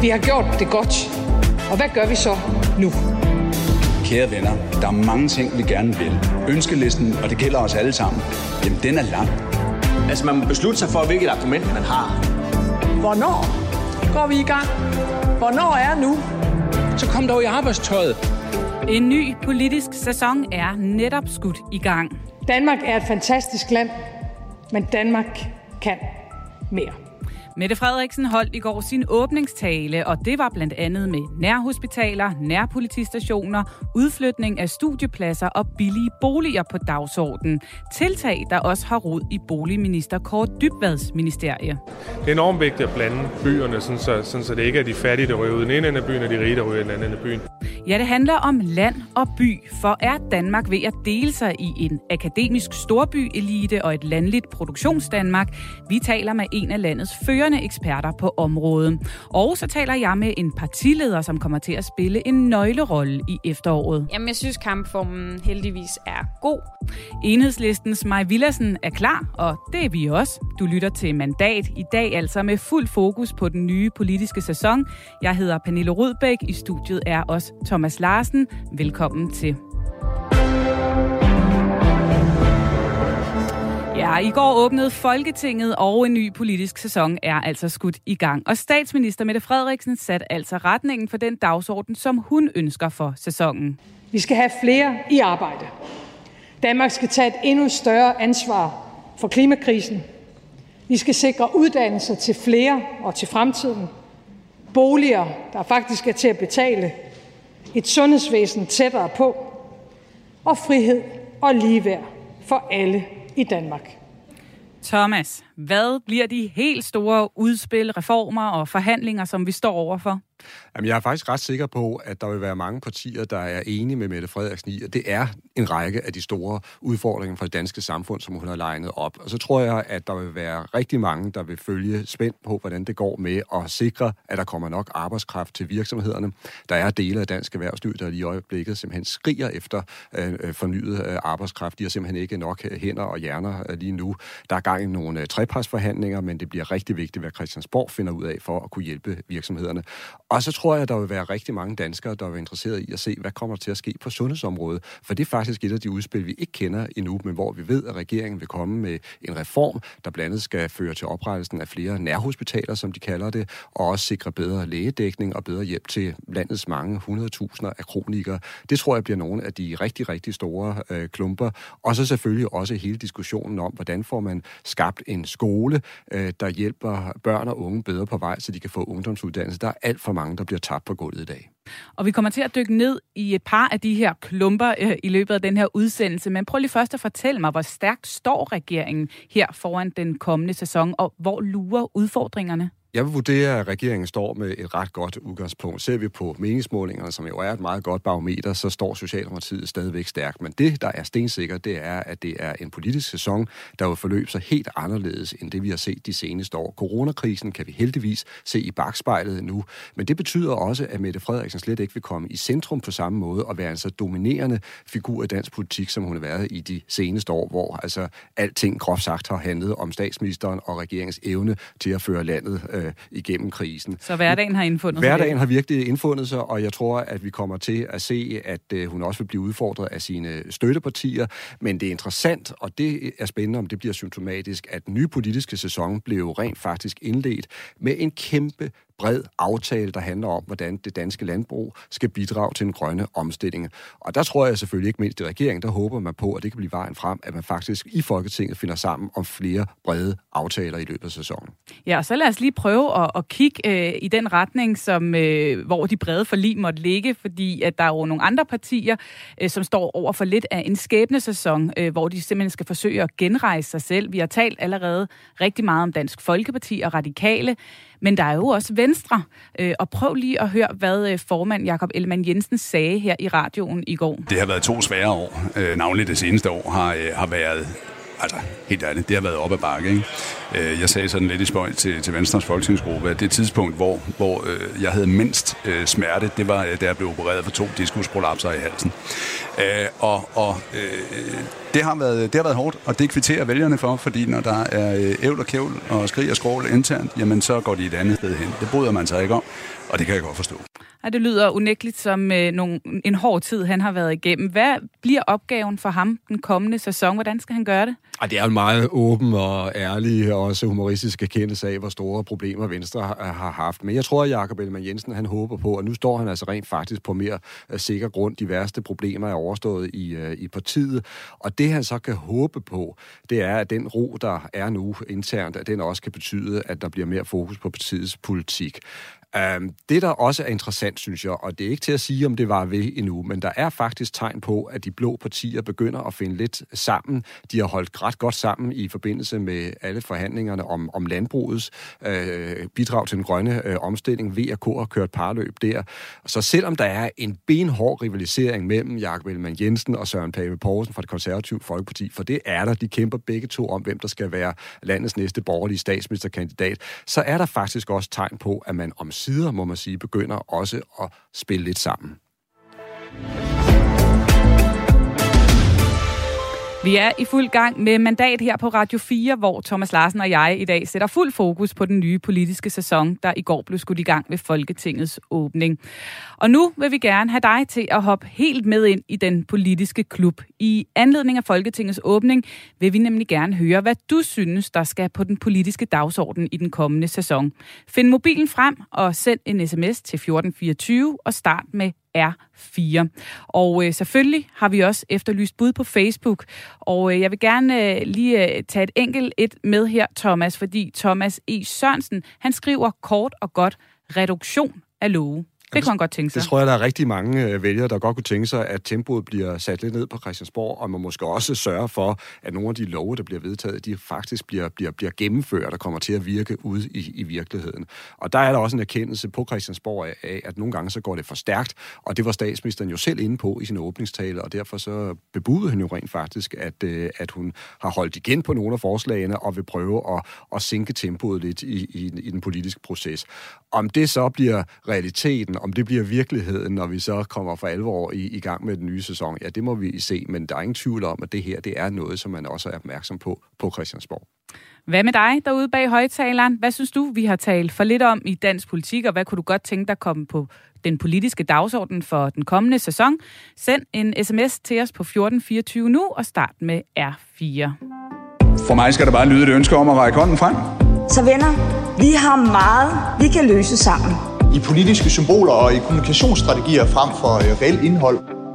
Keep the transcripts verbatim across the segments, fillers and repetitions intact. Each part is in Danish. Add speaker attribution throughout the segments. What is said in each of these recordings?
Speaker 1: Vi har gjort det godt. Og hvad gør vi så nu?
Speaker 2: Kære venner, der er mange ting, vi gerne vil. Ønskelisten, og det gælder os alle sammen, jamen den er lang.
Speaker 3: Altså man må beslutte sig for, hvilket argument man har.
Speaker 1: Hvornår går vi i gang? Hvornår er nu?
Speaker 2: Så kom dog i arbejdstøjet.
Speaker 4: En ny politisk sæson er netop skudt i gang.
Speaker 1: Danmark er et fantastisk land, men Danmark kan mere.
Speaker 4: Mette Frederiksen holdt i går sin åbningstale, og det var blandt andet med nærhospitaler, nærpolitistationer, udflytning af studiepladser og billige boliger på dagsordenen. Tiltag, der også har rod i boligminister Kaare Dybvads ministerie.
Speaker 5: Det er enormt vigtigt at blande byerne, sådan så, sådan så det ikke er de fattige, der ryger ud den ene ende af byen, og de rige, der ryger den anden ende af byen.
Speaker 4: Ja, det handler om land og by, for er Danmark ved at dele sig i en akademisk storby-elite og et landligt produktionsdanmark? Vi taler med en af landets førende eksperter på området. Og så taler jeg med en partileder, som kommer til at spille en nøglerolle i efteråret.
Speaker 6: Jamen, jeg synes, kampformen heldigvis er god.
Speaker 4: Enhedslistens Mai Villadsen er klar, og det er vi også. Du lytter til Mandat i dag, altså med fuld fokus på den nye politiske sæson. Jeg hedder Pernille Rudbæk. I studiet er også Thomas Larsen. Velkommen til. Ja, i går åbnede Folketinget, og en ny politisk sæson er altså skudt i gang. Og statsminister Mette Frederiksen satte altså retningen for den dagsorden, som hun ønsker for sæsonen.
Speaker 1: Vi skal have flere i arbejde. Danmark skal tage et endnu større ansvar for klimakrisen. Vi skal sikre uddannelser til flere og til fremtiden. Boliger, der faktisk er til at betale. Et sundhedsvæsen tættere på. Og frihed og ligeværd for alle i Danmark.
Speaker 4: Thomas, hvad bliver de helt store udspil, reformer og forhandlinger, som vi står overfor?
Speaker 7: Jamen, jeg er faktisk ret sikker på, at der vil være mange partier, der er enige med Mette Frederiksen i, at det er en række af de store udfordringer for det danske samfund, som hun har legnet op. Og så tror jeg, at der vil være rigtig mange, der vil følge spændt på, hvordan det går med at sikre, at der kommer nok arbejdskraft til virksomhederne. Der er dele af dansk erhvervsliv, der lige i øjeblikket simpelthen skriger efter øh, fornyet øh, arbejdskraft. De har simpelthen ikke nok hænder og hjerner øh, lige nu. Der er gang i nogle øh, trepartsforhandlinger, men det bliver rigtig vigtigt, hvad Christiansborg finder ud af for at kunne hjælpe virksomhederne. Og så tror jeg, at der vil være rigtig mange danskere, der er interesseret i at se, hvad kommer der til at ske på sundhedsområdet. For det er faktisk et af de udspil, vi ikke kender endnu, men hvor vi ved, at regeringen vil komme med en reform, der blandt andet skal føre til oprettelsen af flere nærhospitaler, som de kalder det, og også sikre bedre lægedækning og bedre hjælp til landets mange hundredtusinder af kronikere. Det tror jeg bliver nogle af de rigtig, rigtig store øh, klumper. Og så selvfølgelig også hele diskussionen om, hvordan får man skabt en skole, øh, der hjælper børn og unge bedre på vej, så de kan få ungdomsuddannelse. Der er alt for mange, der bliver tabt på gulvet i dag.
Speaker 4: Og vi kommer til at dykke ned i et par af de her klumper øh, i løbet af den her udsendelse. Men prøv lige først at fortælle mig, hvor stærkt står regeringen her foran den kommende sæson, og hvor lurer udfordringerne?
Speaker 7: Jeg vil vurdere, at regeringen står med et ret godt udgangspunkt. Ser vi på meningsmålingerne, som jo er et meget godt barometer, så står Socialdemokratiet stadigvæk stærkt. Men det, der er stensikkert, det er, at det er en politisk sæson, der vil forløbe sig helt anderledes, end det vi har set de seneste år. Coronakrisen kan vi heldigvis se i bakspejlet nu, men det betyder også, at Mette Frederiksen slet ikke vil komme i centrum på samme måde og være en så dominerende figur i dansk politik, som hun har været i de seneste år, hvor altså alting groft sagt har handlet om statsministeren og regeringens evne til at føre landet øh, igennem krisen.
Speaker 4: Så hverdagen har indfundet sig?
Speaker 7: Hverdagen har virkelig indfundet sig, og jeg tror, at vi kommer til at se, at øh, hun også vil blive udfordret af sine støttepartier. Men det er interessant, og det er spændende, om det bliver symptomatisk, at den nye politiske sæson blev rent faktisk indledt med en kæmpe bred aftale, der handler om, hvordan det danske landbrug skal bidrage til den grønne omstilling. Og der tror jeg selvfølgelig ikke mindst i regeringen, der håber man på, at det kan blive vejen frem, at man faktisk i Folketinget finder sammen om flere brede aftaler i løbet af sæsonen. Ja,
Speaker 4: og så lad os lige prøve at, at kigge øh, i den retning, som, øh, hvor de brede forlig måtte ligge, fordi at der er jo nogle andre partier, øh, som står over for lidt af en skæbnesæson, øh, hvor de simpelthen skal forsøge at genrejse sig selv. Vi har talt allerede rigtig meget om Dansk Folkeparti og Radikale, men der er jo også Venstre. Og prøv lige at høre, hvad formand Jakob Ellemann-Jensen sagde her i radioen i går.
Speaker 2: Det har været to svære år. Navnlig det seneste år har, har været, altså helt ærligt, det har været op ad bakke, ikke? Jeg sagde sådan lidt i spøjt til, til Venstres folketingsgruppe, at det tidspunkt, hvor, hvor øh, jeg havde mindst øh, smerte, det var, da jeg blev opereret for to diskusprolapser i halsen. Øh, og og øh, det har, været, det har været hårdt, og det kvitterer vælgerne for, fordi når der er ævl og kævl og skrig og skrål internt, jamen så går de et andet sted hen. Det bryder man sig ikke om, og det kan jeg godt forstå.
Speaker 4: Ja, det lyder unægteligt som øh, nogle, en hård tid, han har været igennem. Hvad bliver opgaven for ham den kommende sæson? Hvordan skal han gøre det?
Speaker 7: Og det er en meget åben og ærlig og også humoristisk erkendelse af, hvor store problemer Venstre har haft. Men jeg tror, at Jakob Ellemann-Jensen han håber på, og nu står han altså rent faktisk på mere sikker grund. De værste problemer er overstået i, i partiet. Og det han så kan håbe på, det er, at den ro, der er nu internt, at den også kan betyde, at der bliver mere fokus på partiets politik. Um, det, der også er interessant, synes jeg, og det er ikke til at sige, om det var ved endnu, men der er faktisk tegn på, at de blå partier begynder at finde lidt sammen. De har holdt ret godt sammen i forbindelse med alle forhandlingerne om, om landbrugets øh, bidrag til den grønne øh, omstilling. V og K har kørt parløb der. Så selvom der er en benhård rivalisering mellem Jakob Ellemann-Jensen og Søren Pape Poulsen fra Det Konservative Folkeparti, for det er der, de kæmper begge to om, hvem der skal være landets næste borgerlige statsministerkandidat, så er der faktisk også tegn på, at man om sider, må man sige, begynder også at spille lidt sammen.
Speaker 4: Vi er i fuld gang med Mandat her på Radio fire, hvor Thomas Larsen og jeg i dag sætter fuld fokus på den nye politiske sæson, der i går blev skudt i gang ved Folketingets åbning. Og nu vil vi gerne have dig til at hoppe helt med ind i den politiske klub. I anledning af Folketingets åbning vil vi nemlig gerne høre, hvad du synes, der skal på den politiske dagsorden i den kommende sæson. Find mobilen frem og send en sms til fjorten fireogtyve og start med R fire. Og øh, selvfølgelig har vi også efterlyst bud på Facebook, og øh, jeg vil gerne øh, lige øh, tage et enkelt et med her, Thomas, fordi Thomas E. Sørensen, han skriver kort og godt reduktion af love. Det kunne han godt tænke sig.
Speaker 7: Det tror jeg, der er rigtig mange vælgere, der godt kunne tænke sig, at tempoet bliver sat lidt ned på Christiansborg, og man måske også sørge for, at nogle af de love, der bliver vedtaget, de faktisk bliver, bliver, bliver gennemført og kommer til at virke ude i, i virkeligheden. Og der er der også en erkendelse på Christiansborg af, at nogle gange så går det for stærkt, og det var statsministeren jo selv inde på i sin åbningstale, og derfor så bebudede hun jo rent faktisk, at, at hun har holdt igen på nogle af forslagene og vil prøve at, at sænke tempoet lidt i, i, i den politiske proces. Om det så bliver realiteten, om det bliver virkeligheden, når vi så kommer for alvor i, i gang med den nye sæson, ja, det må vi se, men der er ingen tvivl om, at det her, det er noget, som man også er opmærksom på på Christiansborg.
Speaker 4: Hvad med dig derude bag højtaleren? Hvad synes du, vi har talt for lidt om i dansk politik, og hvad kunne du godt tænke dig komme på den politiske dagsorden for den kommende sæson? Send en sms til os på fjorten fireogtyve nu, og start med R fire.
Speaker 2: For mig skal der bare lyde et ønske om at række hånden frem.
Speaker 8: Så venner, vi har meget, vi kan løse sammen.
Speaker 9: I politiske symboler og i kommunikationsstrategier frem for øh, reelt indhold.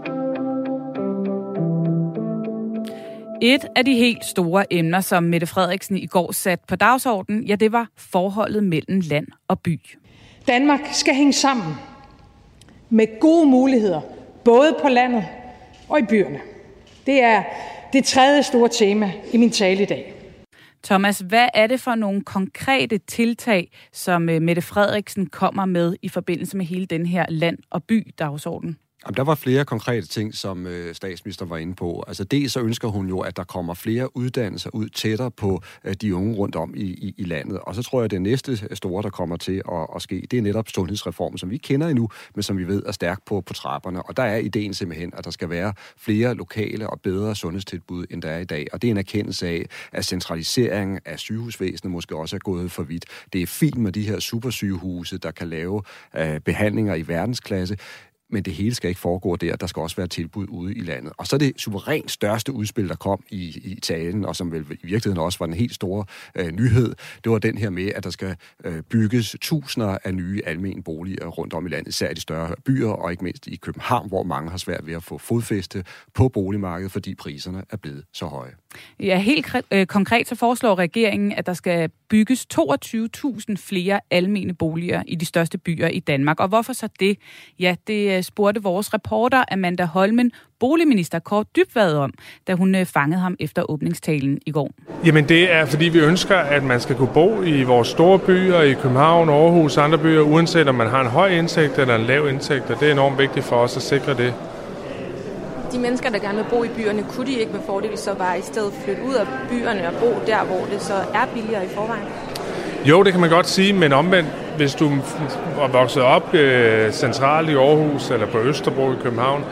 Speaker 4: Et af de helt store emner, som Mette Frederiksen i går satte på dagsordenen, ja, det var forholdet mellem land og by.
Speaker 1: Danmark skal hænge sammen med gode muligheder, både på landet og i byerne. Det er det tredje store tema i min tale i dag.
Speaker 4: Thomas, hvad er det for nogle konkrete tiltag, som Mette Frederiksen kommer med i forbindelse med hele den her land- og by-dagsorden?
Speaker 7: Jamen, der var flere konkrete ting, som øh, statsministeren var inde på. Altså dels så ønsker hun jo, at der kommer flere uddannelser ud tættere på øh, de unge rundt om i, i, i landet. Og så tror jeg, at det næste store, der kommer til at, at ske, det er netop sundhedsreformen, som vi kender endnu, men som vi ved er stærk på, på trapperne. Og der er ideen simpelthen, at der skal være flere lokale og bedre sundhedstilbud, end der er i dag. Og det er en erkendelse af, at centraliseringen af sygehusvæsenet måske også er gået for vidt. Det er fint med de her supersygehuse, der kan lave øh, behandlinger i verdensklasse, men det hele skal ikke foregå der. Der skal også være tilbud ude i landet. Og så det suverænt største udspil, der kom i, i talen, og som vel i virkeligheden også var den helt store øh, nyhed, det var den her med, at der skal øh, bygges tusinder af nye almene boliger rundt om i landet, især i de større byer, og ikke mindst i København, hvor mange har svært ved at få fodfæste på boligmarkedet, fordi priserne er blevet så høje.
Speaker 4: Ja, helt øh, konkret så foreslår regeringen, at der skal bygges toogtyve tusind flere almene boliger i de største byer i Danmark. Og hvorfor så det? Ja, det spurgte vores reporter Amanda Holmen, boligminister Kaare Dybvad om, da hun fangede ham efter åbningstalen i går.
Speaker 5: Jamen det er, fordi vi ønsker, at man skal kunne bo i vores store byer, i København, Aarhus og andre byer, uanset om man har en høj indtægt eller en lav indtægt, og det er enormt vigtigt for os at sikre det.
Speaker 6: De mennesker, der gerne vil bo i byerne, kunne de ikke med fordel så bare i stedet flytte ud af byerne og bo der, hvor det så er billigere i forvejen?
Speaker 5: Jo, det kan man godt sige, men omvendt, hvis du er vokset op øh, centralt i Aarhus eller på Østerbro i København,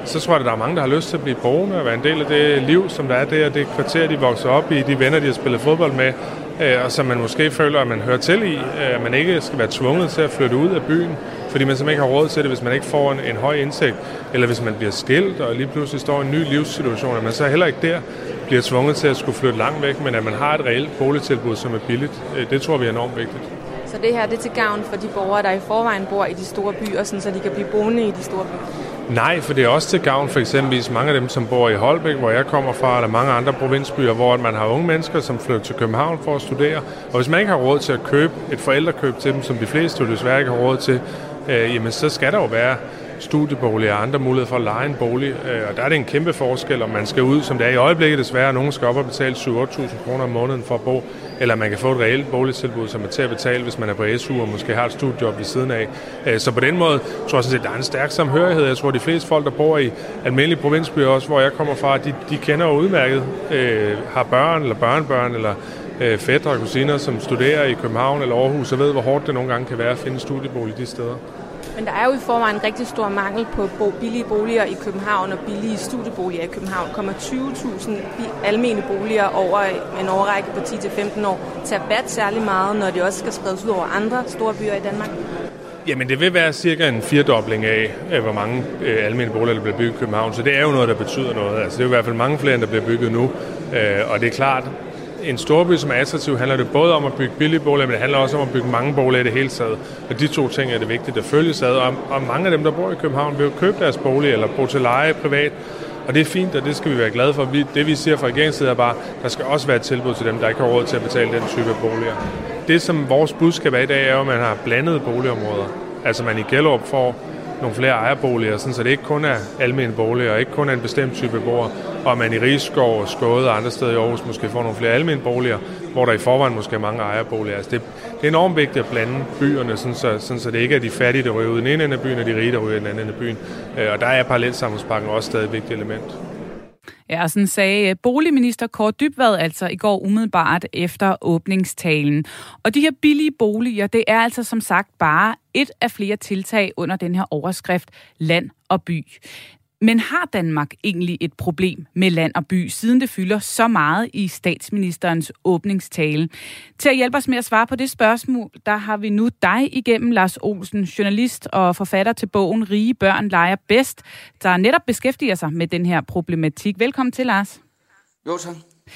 Speaker 5: så tror jeg, at der er mange, der har lyst til at blive boende og være en del af det liv, som der er der, det kvarter, de vokser op i, de venner, de har spillet fodbold med, og som man måske føler, at man hører til i, at man ikke skal være tvunget til at flytte ud af byen, fordi man simpelthen ikke har råd til det, hvis man ikke får en, en høj indtægt, eller hvis man bliver skilt og lige pludselig står i en ny livssituation, at man så heller ikke der bliver tvunget til at skulle flytte langt væk, men at man har et reelt boligtilbud, som er billigt. Det tror vi er enormt vigtigt.
Speaker 6: Så det her det er til gavn for de borgere, der i forvejen bor i de store byer, sådan, så de kan blive boende i de store byer?
Speaker 5: Nej, for det er også til gavn for eksempelvis mange af dem, som bor i Holbæk, hvor jeg kommer fra, eller mange andre provinsbyer, hvor man har unge mennesker, som flytter til København for at studere. Og hvis man ikke har råd til at købe et forældrekøb til dem, som de fleste jo desværre ikke har råd til, øh, jamen så skal der jo være studieboliger og andre muligheder for at leje en bolig. Øh, og der er det en kæmpe forskel, om man skal ud, som det er i øjeblikket desværre, og nogen skal op og betale syv til otte tusind kroner om måneden for at bo, eller man kan få et reelt boligtilbud, som er til at betale, hvis man er på S U og måske har et studiejob ved siden af. Så på den måde tror jeg sådan set, at der er en stærk samhørighed. Jeg tror, at de fleste folk, der bor i almindelige provinsbyer, også hvor jeg kommer fra, de, de kender jo udmærket, øh, har børn eller børnebørn eller øh, fætre og kusiner, som studerer i København eller Aarhus, og ved, hvor hårdt det nogle gange kan være at finde studiebolig de steder.
Speaker 6: Men der er jo i forvejen en rigtig stor mangel på billige boliger i København og billige studieboliger i København. Kommer tyve tusind almene boliger over en årrække på ti til femten år til at batte særlig meget, når de også skal spredes ud over andre store byer i Danmark?
Speaker 5: Jamen det vil være cirka en firedobling af, hvor mange øh, almene boliger, der bliver bygget i København. Så det er jo noget, der betyder noget. Altså det er jo i hvert fald mange flere, end der bliver bygget nu. Øh, og det er klart, en storby, som er attraktiv, handler det både om at bygge billige boliger, men det handler også om at bygge mange boliger i det hele taget. Og de to ting er det vigtigt at følges ad. Og, og mange af dem, der bor i København, vil jo købe deres bolig eller bo til leje privat. Og det er fint, og det skal vi være glade for. Vi, det vi siger fra regeringens side er bare, der skal også være et tilbud til dem, der ikke har råd til at betale den type boliger. Det, som vores budskab er i dag, er jo, at man har blandede boligområder. Altså man i Gellerup får nogle flere ejerboliger, sådan, så det ikke kun er almene boliger, og ikke kun er en bestemt type beboere, og man i Rigskov og Skåde og andre steder i Aarhus måske får nogle flere almene boliger, hvor der i forvejen måske er mange ejerboliger. Altså det, det er enormt vigtigt at blande byerne, sådan, så, sådan, så det ikke er de fattige, der ryger ud i den ene ende af byen, og de rige, der ryger i den anden ende af byen. Og der er parallelsamfundspakken også stadig et vigtigt element.
Speaker 4: Ja, og sådan sagde boligminister Kaare Dybvad altså i går umiddelbart efter åbningstalen. Og de her billige boliger, det er altså som sagt bare et af flere tiltag under den her overskrift Land og By. Men har Danmark egentlig et problem med land og by, siden det fylder så meget i statsministerens åbningstale? Til at hjælpe os med at svare på det spørgsmål, der har vi nu dig igennem, Lars Olsen, journalist og forfatter til bogen Rige børn leger bedst, der netop beskæftiger sig med den her problematik. Velkommen til, Lars.
Speaker 10: Jo, tak.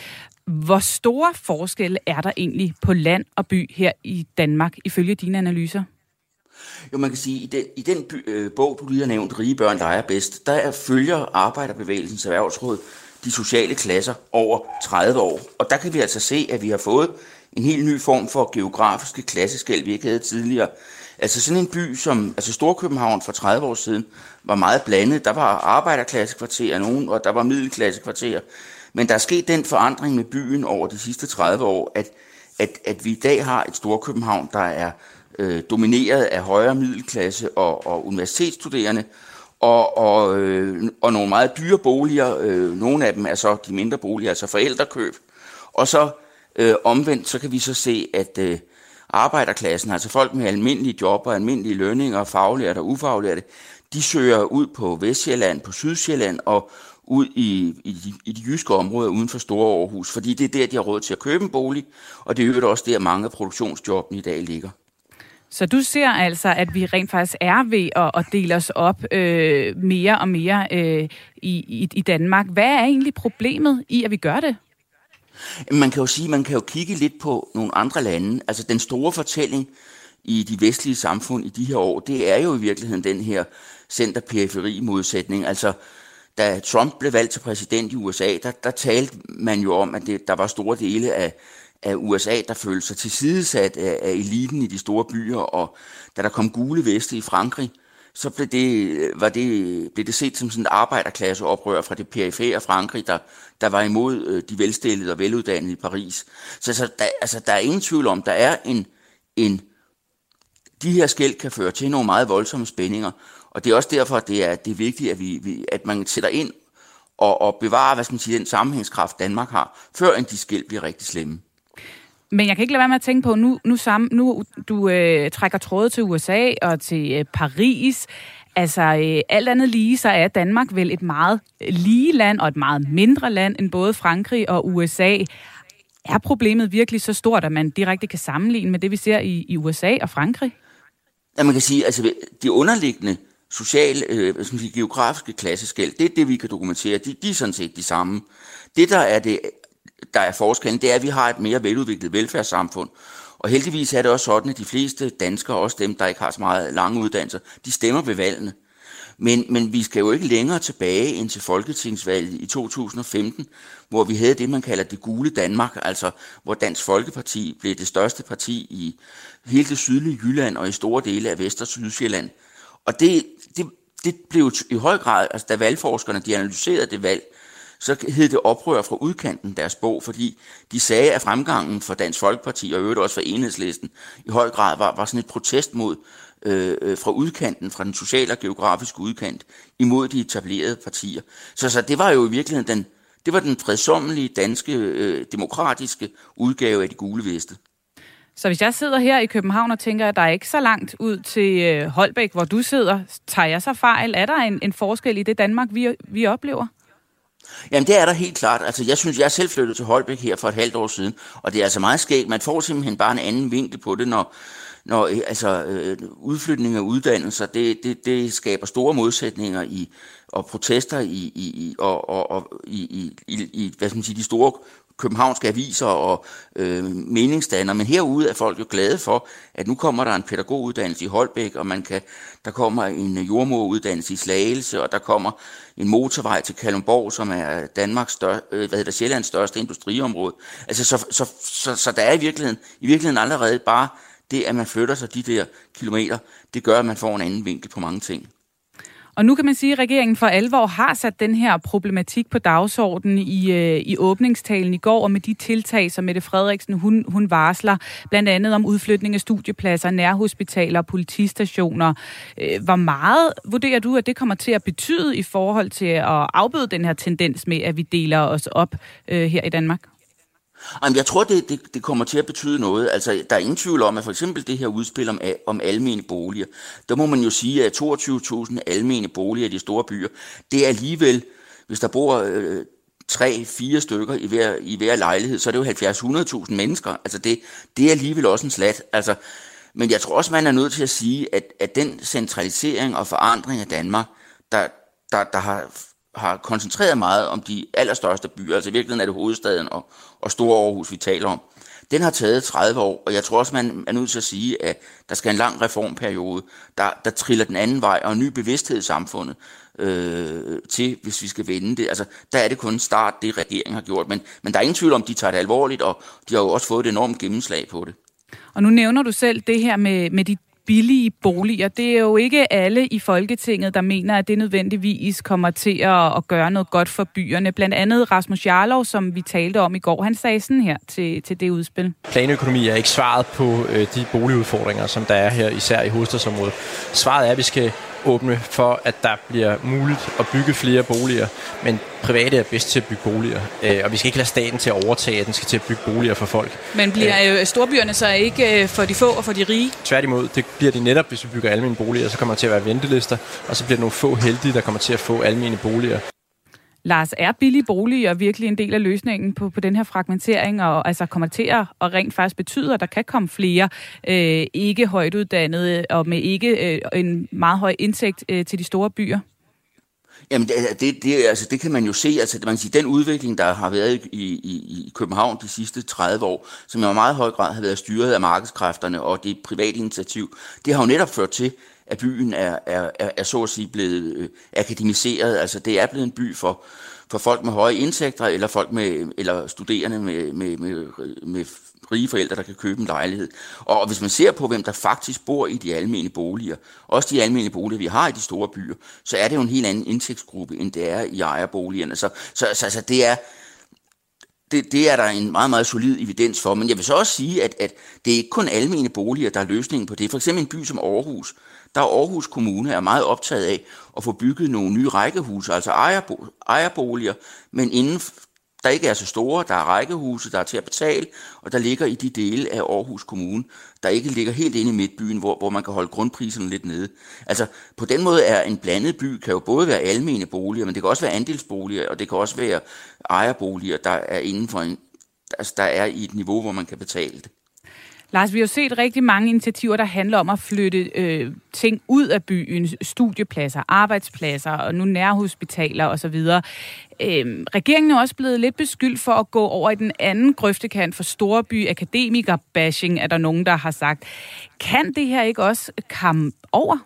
Speaker 4: Hvor store forskelle er der egentlig på land og by her i Danmark, ifølge dine analyser?
Speaker 10: Jo, man kan sige, at i den, i den by, øh, bog, du lige har nævnt, Rige børn leger bedst, der er følger Arbejderbevægelsens Erhvervsråd de sociale klasser over tredive år. Og der kan vi altså se, at vi har fået en helt ny form for geografiske klasseskel, vi ikke havde tidligere. Altså sådan en by som altså Storkøbenhavn for tredive år siden var meget blandet. Der var arbejderklassekvarterer nogen, og der var middelklassekvarterer. Men der er sket den forandring med byen over de sidste tredive år, at, at, at vi i dag har et Storkøbenhavn, der er Øh, domineret af højere middelklasse og, og universitetsstuderende, og, og, øh, og nogle meget dyre boliger. Øh, nogle af dem er så de mindre boliger, altså forældrekøb. Og så øh, omvendt, så kan vi så se, at øh, arbejderklassen, altså folk med almindelige job og almindelige lønninger, faglærte og ufaglærte, de søger ud på Vestsjælland, på Sydsjælland og ud i, i, de, i de jyske områder uden for Store Aarhus, fordi det er der, de har råd til at købe en bolig, og det er jo også der, mange af produktionsjobbene i dag ligger.
Speaker 4: Så du ser altså, at vi rent faktisk er ved at, at dele os op øh, mere og mere øh, i, i, i Danmark. Hvad er egentlig problemet i, at vi gør det?
Speaker 10: Man kan jo sige, man kan jo kigge lidt på nogle andre lande. Altså den store fortælling i de vestlige samfund i de her år, det er jo i virkeligheden den her center-periferi-modsætning. Altså da Trump blev valgt til præsident i U S A, der, der talte man jo om, at det, der var store dele af af U S A, der følte sig tilsidesat af, af eliten i de store byer, og da der kom gule veste i Frankrig, så blev det, var det, blev det set som sådan et arbejderklasseoprør fra det perifære Frankrig, der, der var imod de velstillede og veluddannede i Paris. Så, så der, altså, der er ingen tvivl om, der er en, en... De her skel kan føre til nogle meget voldsomme spændinger, og det er også derfor, at det er, det er vigtigt, at, vi, vi, at man sætter ind og, og bevarer, hvad skal man sige, den sammenhængskraft, Danmark har, før end de skel bliver rigtig slemme.
Speaker 4: Men jeg kan ikke lade være med at tænke på, nu, nu, sammen, nu du øh, trækker tråde til U S A og til øh, Paris. Altså, øh, alt andet lige, så er Danmark vel et meget lige land og et meget mindre land end både Frankrig og U S A. Er problemet virkelig så stort, at man direkte kan sammenligne med det, vi ser i, i U S A og Frankrig?
Speaker 10: Ja, man kan sige, altså de underliggende sociale, øh, hvad skal man sige, geografiske klasseskel, det er det, vi kan dokumentere. De, de er sådan set de samme. Det, der er, det, der er forskellen, det er, at vi har et mere veludviklet velfærdssamfund. Og heldigvis er det også sådan, at de fleste danskere, også dem, der ikke har så meget lange uddannelser, de stemmer ved valgene. Men, men vi skal jo ikke længere tilbage end til folketingsvalget i to tusind og femten, hvor vi havde det, man kalder det gule Danmark, altså hvor Dansk Folkeparti blev det største parti i hele det sydlige Jylland og i store dele af Vest- og Sydsjælland. Og det, det, det blev i høj grad, altså da valgforskerne de analyserede det valg, så hed det oprør fra udkanten deres bog, fordi de sagde, at fremgangen for Dansk Folkeparti og øvrigt også for Enhedslisten i høj grad var, var sådan et protest mod øh, fra udkanten, fra den sociale og geografiske udkant, imod de etablerede partier. Så, så det var jo i virkeligheden den, det var den fredsommelige danske øh, demokratiske udgave af de gule veste.
Speaker 4: Så hvis jeg sidder her i København og tænker, at der er ikke så langt ud til Holbæk, hvor du sidder, tager jeg så fejl? Er der en, en forskel i det Danmark, vi, vi oplever?
Speaker 10: Jamen det er der helt klart. Altså jeg synes, jeg er selv flyttet til Holbæk her for et halvt år siden, og det er altså meget skægt. Man får simpelthen bare en anden vinkel på det, når, når altså, øh, udflytning af uddannelser, det, det, det skaber store modsætninger i, og protester i, i, og, og, og i, i, i hvad skal man sige, de store københavnske aviser og øh, meningsdannere, men herude er folk jo glade for, at nu kommer der en pædagoguddannelse i Holbæk, og man kan, der kommer en jordmoderuddannelse i Slagelse, og der kommer en motorvej til Kalundborg, som er Danmarks større, øh, hvad hedder Sjællands største industriområde. Altså, så, så, så, så der er i virkeligheden, i virkeligheden allerede bare det, at man flytter sig de der kilometer, det gør, at man får en anden vinkel på mange ting.
Speaker 4: Og nu kan man sige, at regeringen for alvor har sat den her problematik på dagsordenen i, øh, i åbningstalen i går, og med de tiltag, som Mette Frederiksen hun, hun varsler, blandt andet om udflytning af studiepladser, nærhospitaler og politistationer. Øh, hvor meget vurderer du, at det kommer til at betyde i forhold til at afbøde den her tendens med, at vi deler os op øh, her i Danmark?
Speaker 10: Jamen, jeg tror, det, det, det kommer til at betyde noget. Altså, der er ingen tvivl om, at for eksempel det her udspil om, om almene boliger, der må man jo sige, at toogtyve tusind almene boliger i de store byer, det er alligevel, hvis der bor øh, tre, fire stykker i hver, i hver lejlighed, så er det jo halvfjerds hundrede tusind mennesker. Altså, det, det er alligevel også en slat. Altså, men jeg tror også, man er nødt til at sige, at, at den centralisering og forandring af Danmark, der, der, der har... har koncentreret meget om de allerstørste byer, altså i virkeligheden er det hovedstaden og, og Store Aarhus, vi taler om. Den har taget tredive år, og jeg tror også, man er nødt til at sige, at der skal en lang reformperiode, der, der triller den anden vej, og en ny bevidsthed i samfundet øh, til, hvis vi skal vende det. Altså, der er det kun en start, det regeringen har gjort, men, men der er ingen tvivl om, de tager det alvorligt, og de har jo også fået et enormt gennemslag på det.
Speaker 4: Og nu nævner du selv det her med, med de billige boliger. Det er jo ikke alle i Folketinget, der mener, at det nødvendigvis kommer til at, at gøre noget godt for byerne. Blandt andet Rasmus Jarlov, som vi talte om i går, han sagde sådan her til, til det udspil.
Speaker 11: Planøkonomi er ikke svaret på øh, de boligudfordringer, som der er her, især i hovedstadsområdet. Svaret er, at vi skal åbne for, at der bliver muligt at bygge flere boliger, men private er bedst til at bygge boliger, øh, og vi skal ikke lade staten til at overtage, at den skal til at bygge boliger for folk.
Speaker 4: Men bliver øh, storbyerne så ikke for de få og for de rige?
Speaker 11: Tværtimod, det bliver de netop, hvis vi bygger almene boliger, så kommer der til at være ventelister, og så bliver der nogle få heldige, der kommer til at få almene boliger.
Speaker 4: Lars, er billige boliger virkelig en del af løsningen på, på den her fragmentering, og altså kommer til at og rent faktisk betyder, at der kan komme flere øh, ikke højtuddannede og med ikke øh, en meget høj indtægt øh, til de store byer?
Speaker 10: Jamen, det, det, det, altså, det kan man jo se. Altså, man kan sige, den udvikling, der har været i, i, i København de sidste tredive år, som i meget høj grad har været styret af markedskræfterne og det private initiativ, det har jo netop ført til, at byen er, er, er, er så at sige blevet øh, akademiseret. Altså, det er blevet en by for, for folk med høje indtægter, eller folk med, eller studerende med, med, med, med rige forældre, der kan købe en lejlighed. Og hvis man ser på, hvem der faktisk bor i de almene boliger, også de almene boliger, vi har i de store byer, så er det jo en helt anden indtægtsgruppe, end det er i ejerboligerne. Så, så, så, så det er... Det, det er der en meget, meget solid evidens for. Men jeg vil så også sige, at, at det er ikke kun almene boliger, der er løsningen på det. For eksempel en by som Aarhus. Der er Aarhus Kommune er meget optaget af at få bygget nogle nye rækkehuse, altså ejerbo- ejerboliger, men inden der ikke er så store. Der er rækkehuse, der er til at betale, og der ligger i de dele af Aarhus Kommune, der ikke ligger helt inde i midtbyen, hvor, hvor man kan holde grundpriserne lidt nede. Altså, på den måde er en blandet by, kan jo både være almene boliger, men det kan også være andelsboliger, og det kan også være ejerboliger, der er inden for en, altså, der er i et niveau, hvor man kan betale det.
Speaker 4: Lars, vi har jo set rigtig mange initiativer, der handler om at flytte øh, ting ud af byen, studiepladser, arbejdspladser og nu nærhospitaler osv. Øh, regeringen er også blevet lidt beskyldt for at gå over i den anden grøftekant for storby akademiker-bashing, er der nogen, der har sagt. Kan det her ikke også komme over?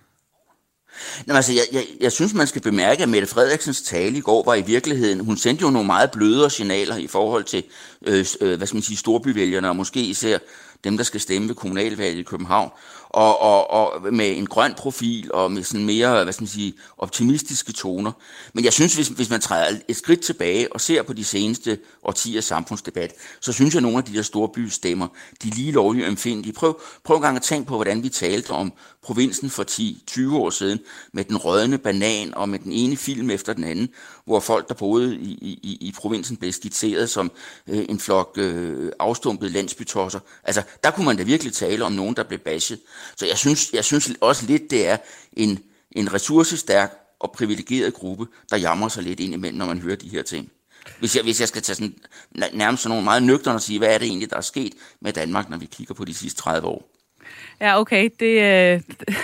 Speaker 10: Nå, altså, jeg, jeg, jeg synes, man skal bemærke, at Mette Frederiksens tale i går var i virkeligheden, hun sendte jo nogle meget blødere signaler i forhold til, øh, øh, hvad skal man sige, storbyvælgerne, og måske især dem, der skal stemme ved kommunalvalget i København, og, og, og med en grøn profil, og med sådan mere, hvad skal man sige, optimistiske toner. Men jeg synes, hvis, hvis man træder et skridt tilbage og ser på de seneste årtiers samfundsdebat, så synes jeg, at nogle af de der storbystemmer, de er lige lovligt ømfindelige. Prøv, prøv en gang at tænke på, hvordan vi talte om provinsen for ti til tyve år siden, med den rødne banan, og med den ene film efter den anden, hvor folk, der boede i, i, i provinsen, blev skitseret som øh, en flok øh, afstumpede landsbytosser. Altså, der kunne man da virkelig tale om nogen, der blev bashet. Så jeg synes, jeg synes også lidt, det er en, en ressourcestærk og privilegeret gruppe, der jamrer sig lidt ind imellem, når man hører de her ting. Hvis jeg, hvis jeg skal tage sådan, nærmest sådan nogle meget nøgterne og sige, hvad er det egentlig, der er sket med Danmark, når vi kigger på de sidste tredive år?
Speaker 4: Ja, okay. Det, øh,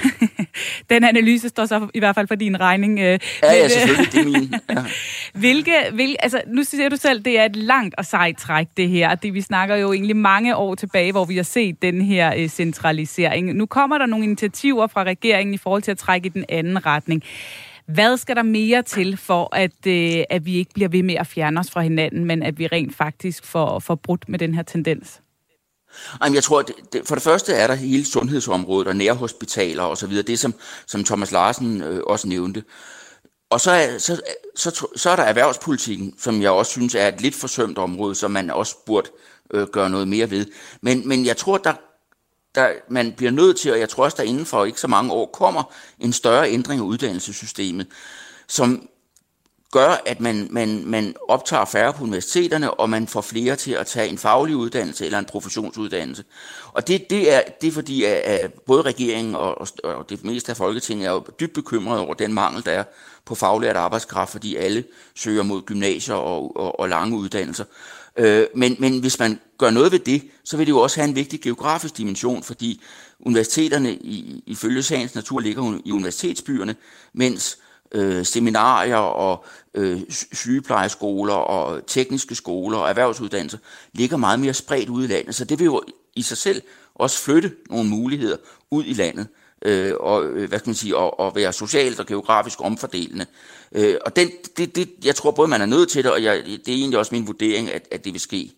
Speaker 4: den analyse står så i hvert fald for din regning. Øh.
Speaker 10: Ja, ja, selvfølgelig. Det er min. Ja.
Speaker 4: Hvilke, hvilke, altså, nu siger du selv, det er et langt og sejt træk, det her. Det, vi snakker jo egentlig mange år tilbage, hvor vi har set den her øh, centralisering. Nu kommer der nogle initiativer fra regeringen i forhold til at trække i den anden retning. Hvad skal der mere til for, at, øh, at vi ikke bliver ved med at fjerne os fra hinanden, men at vi rent faktisk får, får brudt med den her tendens?
Speaker 10: Jamen, jeg tror, at det, for det første er der hele sundhedsområdet og nærhospitaler og så videre, det som, som Thomas Larsen øh, også nævnte. Og så er, så, så, så er der erhvervspolitikken, som jeg også synes er et lidt forsømt område, som man også burde øh, gøre noget mere ved. Men, men jeg tror, der, der man bliver nødt til, og jeg tror også, der inden for ikke så mange år kommer en større ændring af uddannelsessystemet, som gør, at man, man, man optager færre på universiteterne, og man får flere til at tage en faglig uddannelse eller en professionsuddannelse. Og det, det, er, det er fordi, at både regeringen og, og det meste af Folketinget er jo dybt bekymret over den mangel, der er på faglært arbejdskraft, fordi alle søger mod gymnasier og, og, og lange uddannelser. Øh, men, men hvis man gør noget ved det, så vil det jo også have en vigtig geografisk dimension, fordi universiteterne i, ifølge sagens natur ligger i universitetsbyerne, mens Øh, seminarier og øh, sygeplejeskoler og tekniske skoler og erhvervsuddannelser ligger meget mere spredt ude i landet. Så det vil jo i sig selv også flytte nogle muligheder ud i landet øh, og øh, hvad skal man sige og, og være socialt og geografisk omfordelende. Øh, og den, det, det, jeg tror både man er nødt til det, og jeg, det er egentlig også min vurdering, at, at det vil ske.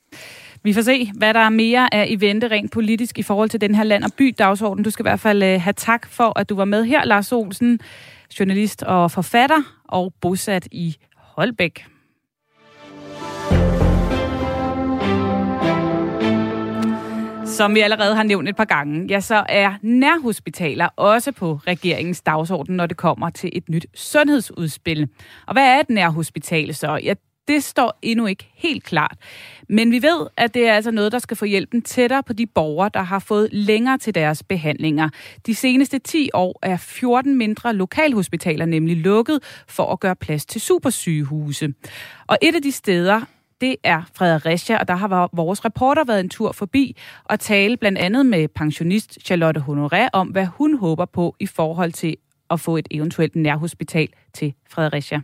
Speaker 4: Vi får se, hvad der er mere af i vente rent politisk i forhold til den her land- og by-dagsorden. Du skal i hvert fald øh, have tak for, at du var med her, Lars Olsen, journalist og forfatter og bosat i Holbæk. Som vi allerede har nævnt et par gange, ja, så er nærhospitaler også på regeringens dagsorden, når det kommer til et nyt sundhedsudspil. Og hvad er et nærhospital så? Ja, det står endnu ikke helt klart. Men vi ved, at det er altså noget, der skal få hjælpen tættere på de borgere, der har fået længere til deres behandlinger. De seneste ti år er fjorten mindre lokalhospitaler nemlig lukket for at gøre plads til supersygehuse. Og et af de steder, det er Fredericia, og der har vores reporter været en tur forbi og tale blandt andet med pensionist Charlotte Honoré om, hvad hun håber på i forhold til at få et eventuelt nærhospital til Fredericia.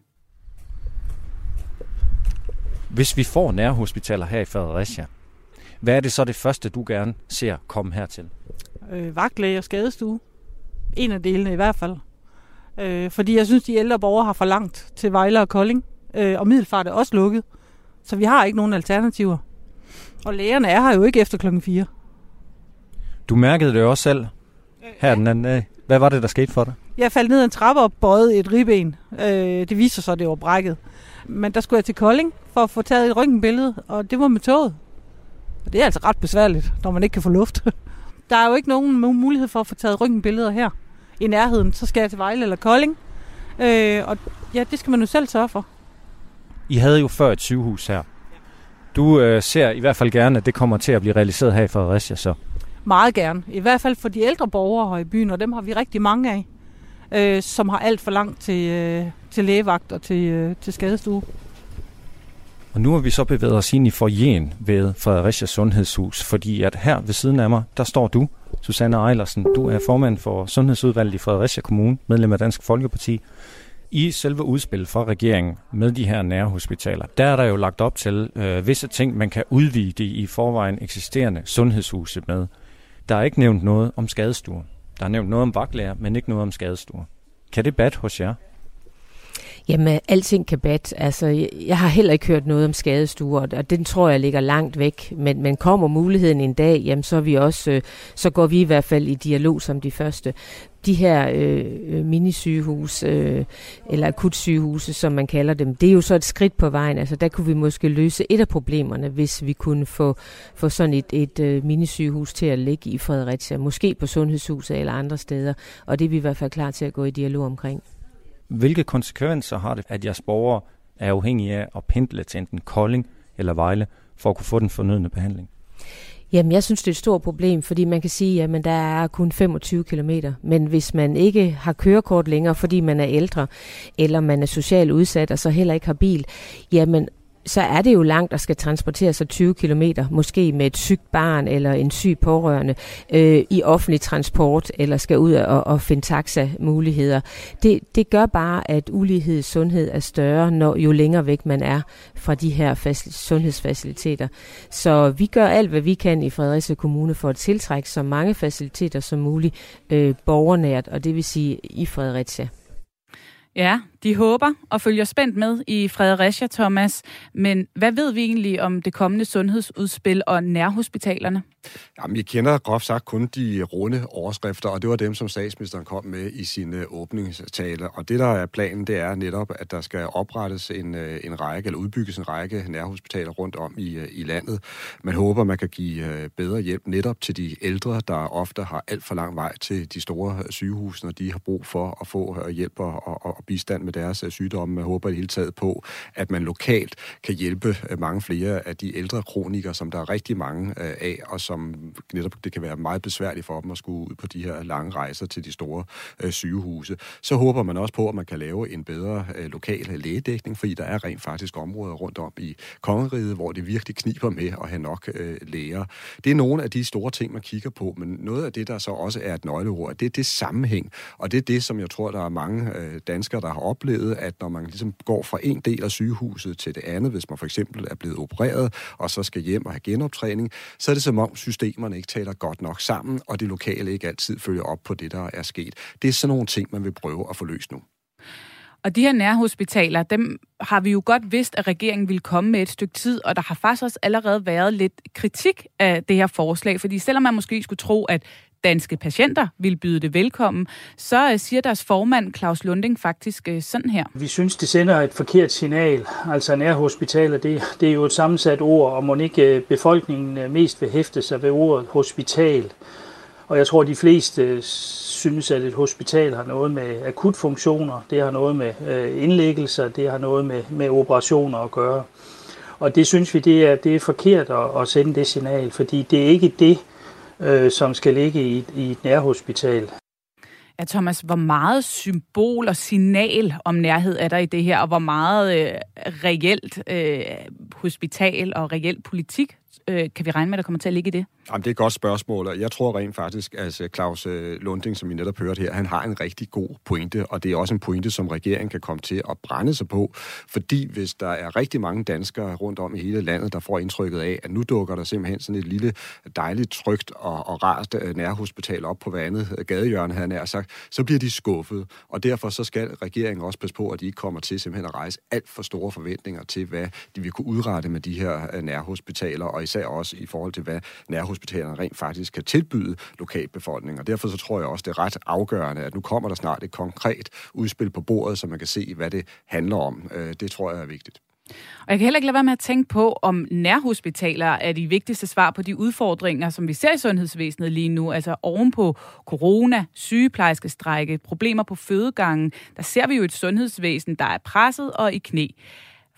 Speaker 12: Hvis vi får nærhospitaler her i Fredericia, hvad er det så det første, du gerne ser komme hertil?
Speaker 13: Øh, vagtlæge og skadestue. En af delene i hvert fald. Øh, fordi jeg synes, de ældre borgere har for langt til Vejle og Kolding. Øh, og Middelfart er også lukket. Så vi har ikke nogen alternativer. Og lægerne er her jo ikke efter klokken fire.
Speaker 12: Du mærkede det jo også selv her den anden dag. Hvad var det, der skete for dig?
Speaker 13: Jeg faldt ned ad en trappe og bøjede et ribben. Øh, det viser sig, at det var brækket. Men der skulle jeg til Kolding for at få taget et røntgenbillede, og det var med toget. Og det er altså ret besværligt, når man ikke kan få luft. Der er jo ikke nogen mulighed for at få taget røntgenbilleder her i nærheden. Så skal jeg til Vejle eller Kolding. Øh, og ja, det skal man jo selv sørge for.
Speaker 12: I havde jo før et sygehus her Du øh, ser i hvert fald gerne, at det kommer til at blive realiseret her i Fredericia, så?
Speaker 13: Meget gerne. I hvert fald for de ældre borgere her i byen, og dem har vi rigtig mange af, øh, som har alt for langt til, øh, til lægevagt og til, øh, til skadestue.
Speaker 12: Og nu har vi så bevæget os ind i foyeren ved Fredericia Sundhedshus, fordi at her ved siden af mig, der står du, Susanne Eilersen. Du er formand for Sundhedsudvalget i Fredericia Kommune, medlem af Dansk Folkeparti. I selve udspillet fra regeringen med de her nærhospitaler, der er der jo lagt op til øh, visse ting, man kan udvide de i forvejen eksisterende sundhedshuse med. Der er ikke nævnt noget om skadestuer. Der er nævnt noget om vagtlæger, men ikke noget om skadestuer. Kan det batte hos jer?
Speaker 14: Jamen, alting kan bat. Altså, jeg, jeg har heller ikke hørt noget om skadestuer, og den tror jeg ligger langt væk. Men, men kommer muligheden en dag, jamen, så, er vi også, øh, så går vi i hvert fald i dialog som de første. De her øh, minisygehus, øh, eller akutsygehuse, som man kalder dem, det er jo så et skridt på vejen. Altså, der kunne vi måske løse et af problemerne, hvis vi kunne få, få sådan et, et øh, minisygehus til at ligge i Fredericia. Måske på Sundhedshuset eller andre steder. Og det er vi i hvert fald klar til at gå i dialog omkring.
Speaker 12: Hvilke konsekvenser har det, at jeres borgere er afhængige af at pendle til enten Kolding eller Vejle for at kunne få den fornødne behandling?
Speaker 14: Jamen, jeg synes, det er et stort problem, fordi man kan sige, at der er kun femogtyve kilometer. Men hvis man ikke har kørekort længere, fordi man er ældre, eller man er socialt udsat og så heller ikke har bil, jamen så er det jo langt at skal transportere sig tyve kilometer, måske med et sygt barn eller en syg pårørende, øh, i offentlig transport, eller skal ud og, og finde taxa-muligheder. Det, det gør bare, at ulighed i sundhed er større, når jo længere væk man er fra de her facil- sundhedsfaciliteter. Så vi gør alt, hvad vi kan i Fredericia Kommune for at tiltrække så mange faciliteter som muligt øh, borgernært, og det vil sige i Fredericia.
Speaker 4: Ja, de håber og følger spændt med i Fredericia, Thomas. Men hvad ved vi egentlig om det kommende sundhedsudspil og nærhospitalerne?
Speaker 7: Jamen, jeg kender groft sagt kun de runde overskrifter, og det var dem, som statsministeren kom med i sine åbningstale. Og det, der er planen, det er netop, at der skal oprettes en, en række, eller udbygges en række nærhospitaler rundt om i, i landet. Man håber, man kan give bedre hjælp netop til de ældre, der ofte har alt for lang vej til de store sygehuse, når de har brug for at få hjælp og, og, og bistand med deres sygdomme. Man håber i det hele taget på, at man lokalt kan hjælpe mange flere af de ældre kronikere, som der er rigtig mange af, og som netop det kan være meget besværligt for dem at skulle ud på de her lange rejser til de store øh, sygehuse. Så håber man også på, at man kan lave en bedre øh, lokal lægedækning, fordi der er rent faktisk områder rundt om i kongeriget, hvor det virkelig kniber med at have nok øh, læger. Det er nogle af de store ting, man kigger på, men noget af det, der så også er et nøgleord, det er det sammenhæng, og det er det, som jeg tror, der er mange øh, danskere, der har oplevet, at når man ligesom går fra en del af sygehuset til det andet, hvis man for eksempel er blevet opereret, og så skal hjem og have genoptræning, så er det som om systemerne ikke taler godt nok sammen, og det lokale ikke altid følger op på det, der er sket. Det er sådan nogle ting, man vil prøve at få løst nu.
Speaker 4: Og de her nærhospitaler, dem har vi jo godt vidst, at regeringen ville komme med et stykke tid, og der har faktisk også allerede været lidt kritik af det her forslag, fordi selvom man måske skulle tro, at danske patienter vil byde det velkommen, så siger deres formand Claus Lunding faktisk sådan her.
Speaker 15: Vi synes, det sender et forkert signal. Altså nærhospitaler, det, det er jo et sammensat ord, og må ikke befolkningen mest vil hæfte sig ved ordet hospital. Og jeg tror, de fleste synes, at et hospital har noget med akutfunktioner, det har noget med indlæggelser, det har noget med, med operationer at gøre. Og det synes vi, det er, det er forkert at, at sende det signal, fordi det er ikke det, som skal ligge i, i et nærhospital.
Speaker 4: Ja, Thomas, hvor meget symbol og signal om nærhed er der i det her, og hvor meget øh, reelt øh, hospital og reelt politik øh, kan vi regne med, der kommer til at ligge i det?
Speaker 7: Jamen, det er et godt spørgsmål, og jeg tror rent faktisk, at Claus Lunding, som vi netop hørte her, han har en rigtig god pointe, og det er også en pointe, som regeringen kan komme til at brænde sig på, fordi hvis der er rigtig mange danskere rundt om i hele landet, der får indtrykket af, at nu dukker der simpelthen sådan et lille, dejligt, trygt og, og rart nærhospital op på hver andet gadehjørne, havde nær sagt, så bliver de skuffet, og derfor så skal regeringen også passe på, at de ikke kommer til simpelthen at rejse alt for store forventninger til, hvad de vil kunne udrette med de her nærhospitaler, og især også i forhold til, hvad nærhospitalerne rent faktisk kan tilbyde lokalbefolkningen. Og derfor så tror jeg også, det er ret afgørende, at nu kommer der snart et konkret udspil på bordet, så man kan se, hvad det handler om. Det tror jeg er vigtigt.
Speaker 4: Og jeg kan heller ikke lade være med at tænke på, om nærhospitaler er de vigtigste svar på de udfordringer, som vi ser i sundhedsvæsenet lige nu. Altså ovenpå corona, sygeplejerskestrække, problemer på fødegangen. Der ser vi jo et sundhedsvæsen, der er presset og i knæ.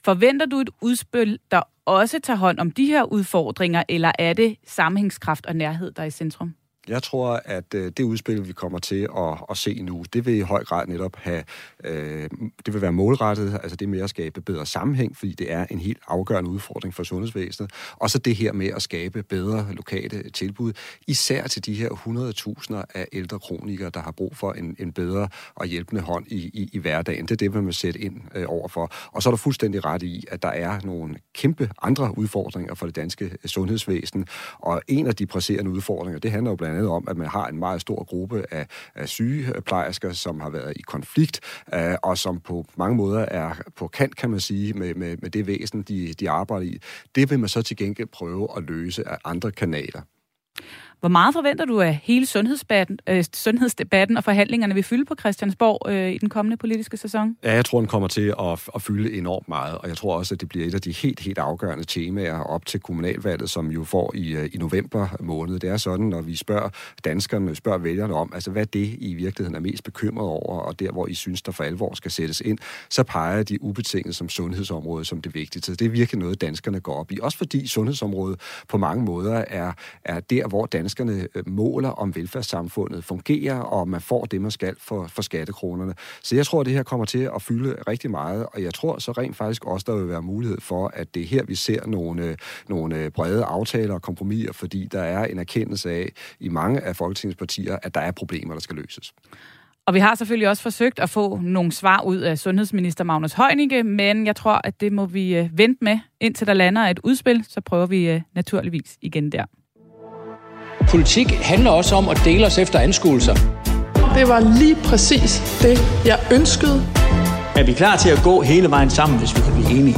Speaker 4: Forventer du et udspil, der også tager hånd om de her udfordringer, eller er det sammenhængskraft og nærhed, der er i centrum?
Speaker 7: Jeg tror, at øh, det udspil, vi kommer til at, at se nu, det vil i høj grad netop have, øh, det vil være målrettet, altså det med at skabe bedre sammenhæng, fordi det er en helt afgørende udfordring for sundhedsvæsenet. Og så det her med at skabe bedre lokale tilbud, især til de her hundrede tusinder af ældre kronikere, der har brug for en, en bedre og hjælpende hånd i, i, i hverdagen. Det er det, man vil sætte ind øh, overfor. Og så er du fuldstændig ret i, at der er nogle kæmpe andre udfordringer for det danske sundhedsvæsen. Og en af de presserende udfordringer, det handler jo blandt om, at man har en meget stor gruppe af, af sygeplejersker, som har været i konflikt, øh, og som på mange måder er på kant, kan man sige, med, med, med det væsen, de, de arbejder i. Det vil man så til gengæld prøve at løse af andre kanaler.
Speaker 4: Hvor meget forventer du, at hele sundhedsdebatten, øh, sundhedsdebatten og forhandlingerne vil fylde på Christiansborg øh, i den kommende politiske sæson?
Speaker 7: Ja, jeg tror, den kommer til at, at fylde enormt meget, og jeg tror også, at det bliver et af de helt, helt afgørende temaer op til kommunalvalget, som jo får i, i november måned. Det er sådan, når vi spørger danskerne, spørger vælgerne om, altså hvad det i virkeligheden er mest bekymret over, og der, hvor I synes, der for alvor skal sættes ind, så peger de ubetinget som sundhedsområde som det vigtigste. Det er virkelig noget, danskerne går op i. Også fordi sundhedsområdet på mange måder er, er der, hvor danskerne måler, om velfærdssamfundet fungerer, og man får det, man skal for, for skattekronerne. Så jeg tror, at det her kommer til at fylde rigtig meget, og jeg tror så rent faktisk også, der vil være mulighed for, at det er her, vi ser nogle, nogle brede aftaler og kompromiser, fordi der er en erkendelse af i mange af Folketingets partier, at der er problemer, der skal løses.
Speaker 4: Og vi har selvfølgelig også forsøgt at få nogle svar ud af sundhedsminister Magnus Heunicke, men jeg tror, at det må vi vente med, indtil der lander et udspil, så prøver vi naturligvis igen der.
Speaker 16: Politik handler også om at dele os efter anskuelser.
Speaker 17: Det var lige præcis det, jeg ønskede.
Speaker 3: Er vi klar til at gå hele vejen sammen, hvis vi kan blive enige?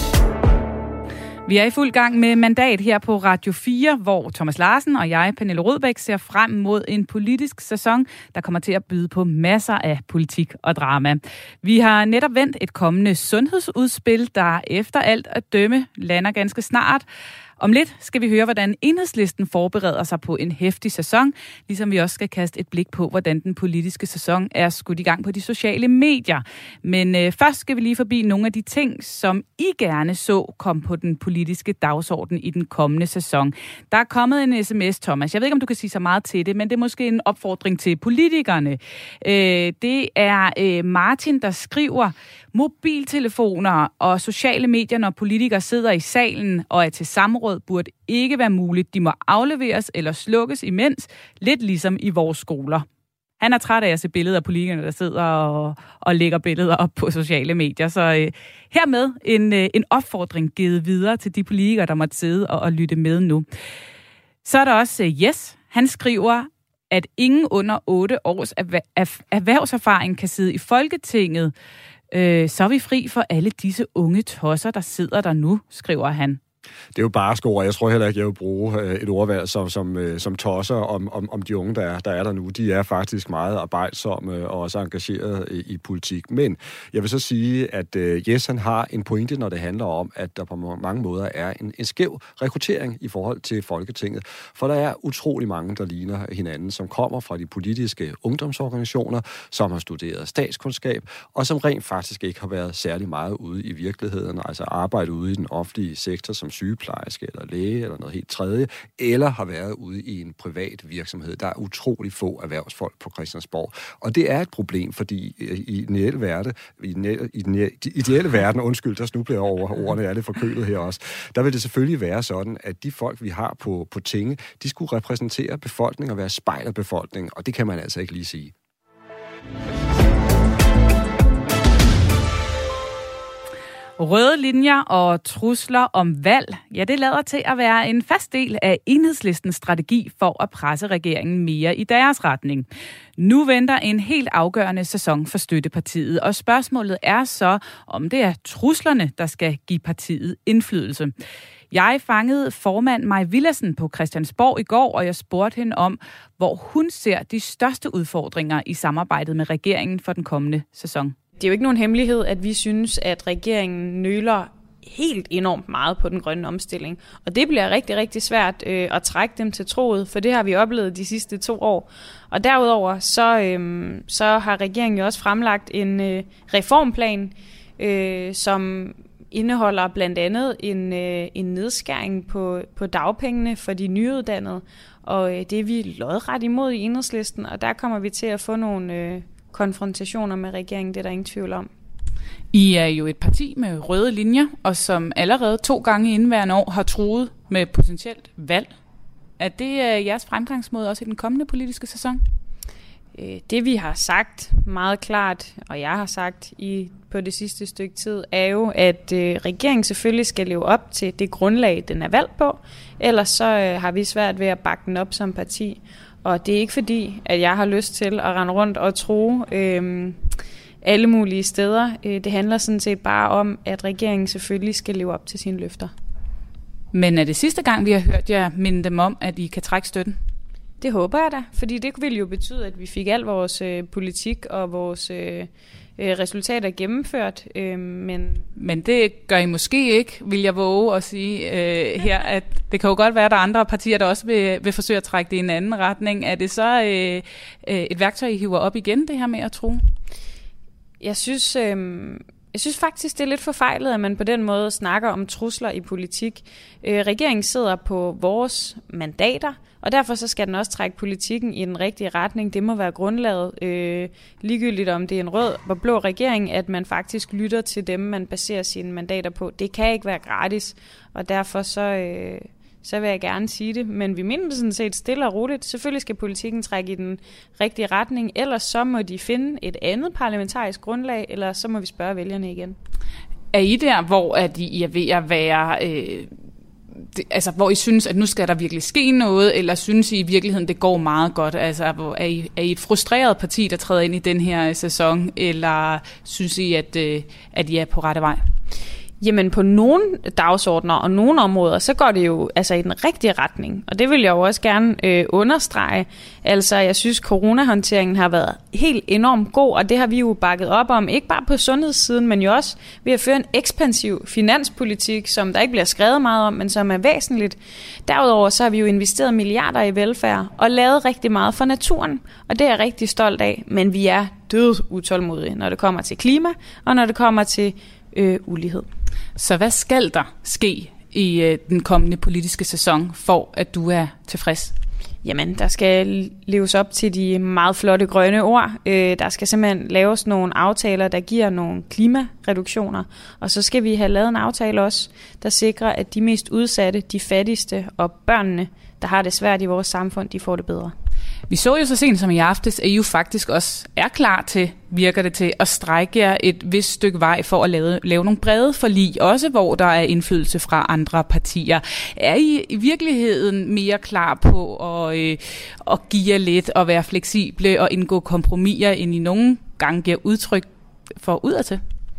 Speaker 4: Vi er i fuld gang med Mandat her på Radio fire, hvor Thomas Larsen og jeg, Pernille Rødbæk, ser frem mod en politisk sæson, der kommer til at byde på masser af politik og drama. Vi har netop vendt et kommende sundhedsudspil, der efter alt at dømme lander ganske snart. Om lidt skal vi høre, hvordan Enhedslisten forbereder sig på en heftig sæson, ligesom vi også skal kaste et blik på, hvordan den politiske sæson er skudt i gang på de sociale medier. Men øh, først skal vi lige forbi nogle af de ting, som I gerne så kom på den politiske dagsorden i den kommende sæson. Der er kommet en sms, Thomas. Jeg ved ikke, om du kan sige så meget til det, men det er måske en opfordring til politikerne. Øh, det er øh, Martin, der skriver: mobiltelefoner og sociale medier, når politikere sidder i salen og er til samråd, burde ikke være muligt. De må afleveres eller slukkes imens, lidt ligesom i vores skoler. Han er træt af at se billeder af politikerne, der sidder og, og lægger billeder op på sociale medier. Så øh, hermed en, øh, en opfordring givet videre til de politikere, der måtte sidde og, og lytte med nu. Så er der også øh, Yes. Han skriver, at ingen under otte års erhvervserfaring kan sidde i Folketinget. Øh, så er vi fri for alle disse unge tosser, der sidder der nu, skriver han.
Speaker 7: Det er jo barske ord. Jeg tror heller ikke, jeg vil bruge et ordvalg som, som, som tosser om, om, om de unge, der er, der er der nu. De er faktisk meget arbejdsomme og også engageret i, i politik. Men jeg vil så sige, at uh, Yes, han har en pointe, når det handler om, at der på mange måder er en, en skæv rekruttering i forhold til Folketinget. For der er utrolig mange, der ligner hinanden, som kommer fra de politiske ungdomsorganisationer, som har studeret statskundskab, og som rent faktisk ikke har været særlig meget ude i virkeligheden, altså arbejde ude i den offentlige sektor som sygeplejerske eller læge eller noget helt tredje, eller har været ude i en privat virksomhed. Der er utrolig få erhvervsfolk på Christiansborg. Og det er et problem, fordi i den ideelle verden, i den, i den ideelle verden, undskyld, der snubler jeg over ordene, er lidt forkølet her også, der vil det selvfølgelig være sådan, at de folk, vi har på, på tinge, de skulle repræsentere befolkningen og være spejl af befolkningen, og det kan man altså ikke lige sige.
Speaker 4: Røde linjer og trusler om valg, ja, det lader til at være en fast del af Enhedslistens strategi for at presse regeringen mere i deres retning. Nu venter en helt afgørende sæson for støttepartiet, og spørgsmålet er så, om det er truslerne, der skal give partiet indflydelse. Jeg fangede formand Mai Villadsen på Christiansborg i går, og jeg spurgte hende om, hvor hun ser de største udfordringer i samarbejdet med regeringen for den kommende sæson.
Speaker 18: Det er jo ikke nogen hemmelighed, at vi synes, at regeringen nøler helt enormt meget på den grønne omstilling. Og det bliver rigtig, rigtig svært øh, at trække dem til troet, for det har vi oplevet de sidste to år. Og derudover så, øh, så har regeringen jo også fremlagt en øh, reformplan, øh, som indeholder blandt andet en, øh, en nedskæring på, på dagpengene for de nyuddannede, og øh, det er vi lodret imod i Enhedslisten, og der kommer vi til at få nogle øh, konfrontationer med regeringen, det er der ingen tvivl om.
Speaker 4: I er jo et parti med røde linjer, og som allerede to gange i indværende år har truet med potentielt valg. Er det øh, jeres fremgangsmåde også i den kommende politiske sæson?
Speaker 18: Det vi har sagt meget klart, og jeg har sagt i på det sidste stykke tid, er jo, at øh, regeringen selvfølgelig skal leve op til det grundlag, den er valgt på. Ellers så øh, har vi svært ved at bakke den op som parti. Og det er ikke fordi, at jeg har lyst til at rende rundt og tro øh, alle mulige steder. Det handler sådan set bare om, at regeringen selvfølgelig skal leve op til sine løfter.
Speaker 4: Men er det sidste gang, vi har hørt jer minde dem om, at I kan trække støtten?
Speaker 18: Det håber jeg da, fordi det ville jo betyde, at vi fik al vores øh, politik og vores øh, resultater gennemført. Øh, men...
Speaker 4: men det gør I måske ikke, vil jeg våge at sige øh, her, at det kan jo godt være, at der er andre partier, der også vil, vil forsøge at trække det i en anden retning. Er det så øh, øh, et værktøj, I hiver op igen, det her med at tro?
Speaker 18: Jeg synes... Øh, Jeg synes faktisk, det er lidt forfejlet, at man på den måde snakker om trusler i politik. Øh, regeringen sidder på vores mandater, og derfor så skal den også trække politikken i den rigtige retning. Det må være grundlaget, øh, ligegyldigt om det er en rød og blå regering, at man faktisk lytter til dem, man baserer sine mandater på. Det kan ikke være gratis, og derfor så... Øh, så vil jeg gerne sige det, men vi mener det sådan set stille og roligt. Selvfølgelig skal politikken trække i den rigtige retning, ellers så må de finde et andet parlamentarisk grundlag, eller så må vi spørge vælgerne igen.
Speaker 4: Er I der, hvor at I er ved at være, øh, det, altså hvor I synes, at nu skal der virkelig ske noget, eller synes I i virkeligheden, det går meget godt? Altså er I, er I et frustreret parti, der træder ind i den her sæson, eller synes I, at, øh, at I er på rette vej?
Speaker 18: Jamen på nogle dagsordner og nogle områder, så går det jo altså i den rigtige retning. Og det vil jeg jo også gerne øh, understrege. Altså jeg synes, coronahåndteringen har været helt enormt god, og det har vi jo bakket op om. Ikke bare på sundhedssiden, men jo også ved at føre en ekspansiv finanspolitik, som der ikke bliver skrevet meget om, men som er væsentligt. Derudover så har vi jo investeret milliarder i velfærd og lavet rigtig meget for naturen. Og det er jeg rigtig stolt af. Men vi er død utålmodige, når det kommer til klima og når det kommer til øh, ulighed.
Speaker 4: Så hvad skal der ske i øh, den kommende politiske sæson, for at du er tilfreds?
Speaker 18: Jamen, der skal leves op til de meget flotte grønne ord. Øh, der skal simpelthen laves nogle aftaler, der giver nogle klimareduktioner. Og så skal vi have lavet en aftale også, der sikrer, at de mest udsatte, de fattigste og børnene, der har det svært i vores samfund, de får det bedre.
Speaker 4: Vi så jo så sent som i aftes, at I jo faktisk også er klar til, virker det til, at strække jer et vist stykke vej for at lave, lave nogle brede forlig, også hvor der er indflydelse fra andre partier. Er I i virkeligheden mere klar på at, øh, at give jer lidt og være fleksible og indgå kompromiser, end I nogle gange giver udtryk for udadtil?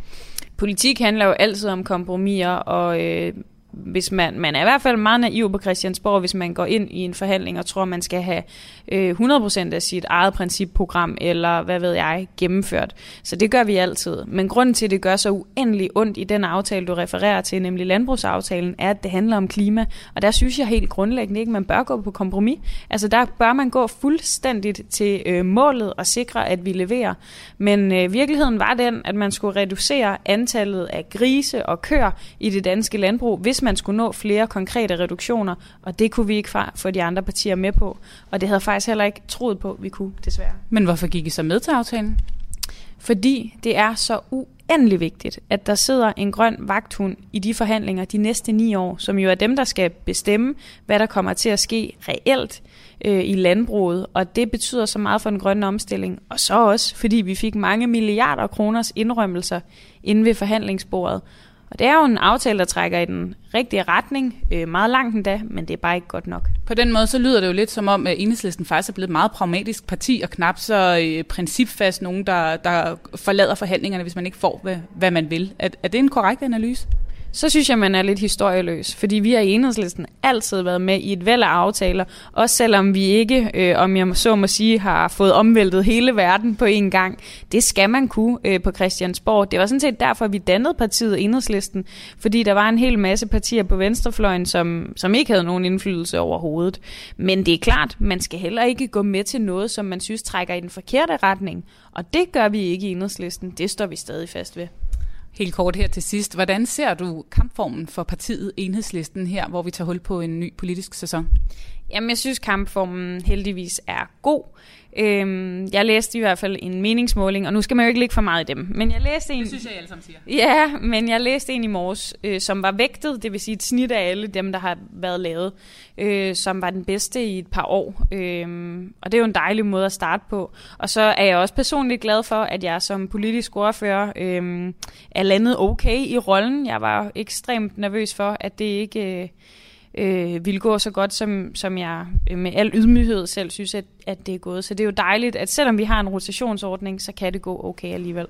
Speaker 18: Politik handler jo altid om kompromiser, og øh, hvis man, man er i hvert fald meget naiv på Christiansborg, hvis man går ind i en forhandling og tror, man skal have øh, hundrede procent af sit eget principprogram, eller hvad ved jeg, gennemført. Så det gør vi altid. Men grunden til, at det gør så uendelig ondt i den aftale, du refererer til, nemlig landbrugsaftalen, er, at det handler om klima. Og der synes jeg helt grundlæggende ikke, man bør gå på kompromis. Altså der bør man gå fuldstændigt til øh, målet og sikre, at vi leverer. Men øh, virkeligheden var den, at man skulle reducere antallet af grise og køer i det danske landbrug, hvis man skulle nå flere konkrete reduktioner, og det kunne vi ikke få de andre partier med på. Og det havde jeg faktisk heller ikke troet på, vi kunne, desværre.
Speaker 4: Men hvorfor gik I så med til aftalen?
Speaker 18: Fordi det er så uendelig vigtigt, at der sidder en grøn vagthund i de forhandlinger de næste ni år, som jo er dem, der skal bestemme, hvad der kommer til at ske reelt øh, i landbruget. Og det betyder så meget for den grønne omstilling. Og så også, fordi vi fik mange milliarder kroners indrømmelser inde ved forhandlingsbordet. Og det er jo en aftale, der trækker i den rigtige retning, øh, meget langt endda, men det er bare ikke godt nok.
Speaker 4: På den måde så lyder det jo lidt som om, at Enhedslisten faktisk er blevet et meget pragmatisk parti, og knap så øh, principfast nogen, der, der forlader forhandlingerne, hvis man ikke får, hvad, hvad man vil. Er, er det en korrekt analyse?
Speaker 18: Så synes jeg, man er lidt historieløs, fordi vi har i Enhedslisten altid været med i et væld af aftaler, også selvom vi ikke, øh, om jeg så må sige, har fået omvæltet hele verden på en gang. Det skal man kunne øh, på Christiansborg. Det var sådan set derfor, vi dannede partiet Enhedslisten, fordi der var en hel masse partier på venstrefløjen, som, som ikke havde nogen indflydelse overhovedet. Men det er klart, man skal heller ikke gå med til noget, som man synes trækker i den forkerte retning, og det gør vi ikke i Enhedslisten. Det står vi stadig fast ved.
Speaker 4: Helt kort her til sidst. Hvordan ser du kampformen for partiet Enhedslisten her, hvor vi tager hul på en ny politisk sæson?
Speaker 18: Jamen, jeg synes, kampformen heldigvis er god. Øhm, jeg læste i hvert fald en meningsmåling, og nu skal man jo ikke ligge for meget i dem. Men jeg læste en...
Speaker 4: Det synes jeg, alle sammen siger.
Speaker 18: Ja, men jeg læste en i morges, øh, som var vægtet, det vil sige et snit af alle dem, der har været lavet, øh, som var den bedste i et par år. Øhm, og det er jo en dejlig måde at starte på. Og så er jeg også personligt glad for, at jeg som politisk ordfører øh, er landet okay i rollen. Jeg var ekstremt nervøs for, at det ikke... Øh, Øh, ville gå så godt, som, som jeg øh, med al ydmyghed selv synes, at, at det er gået. Så det er jo dejligt, at selvom vi har en rotationsordning, så kan det gå okay alligevel.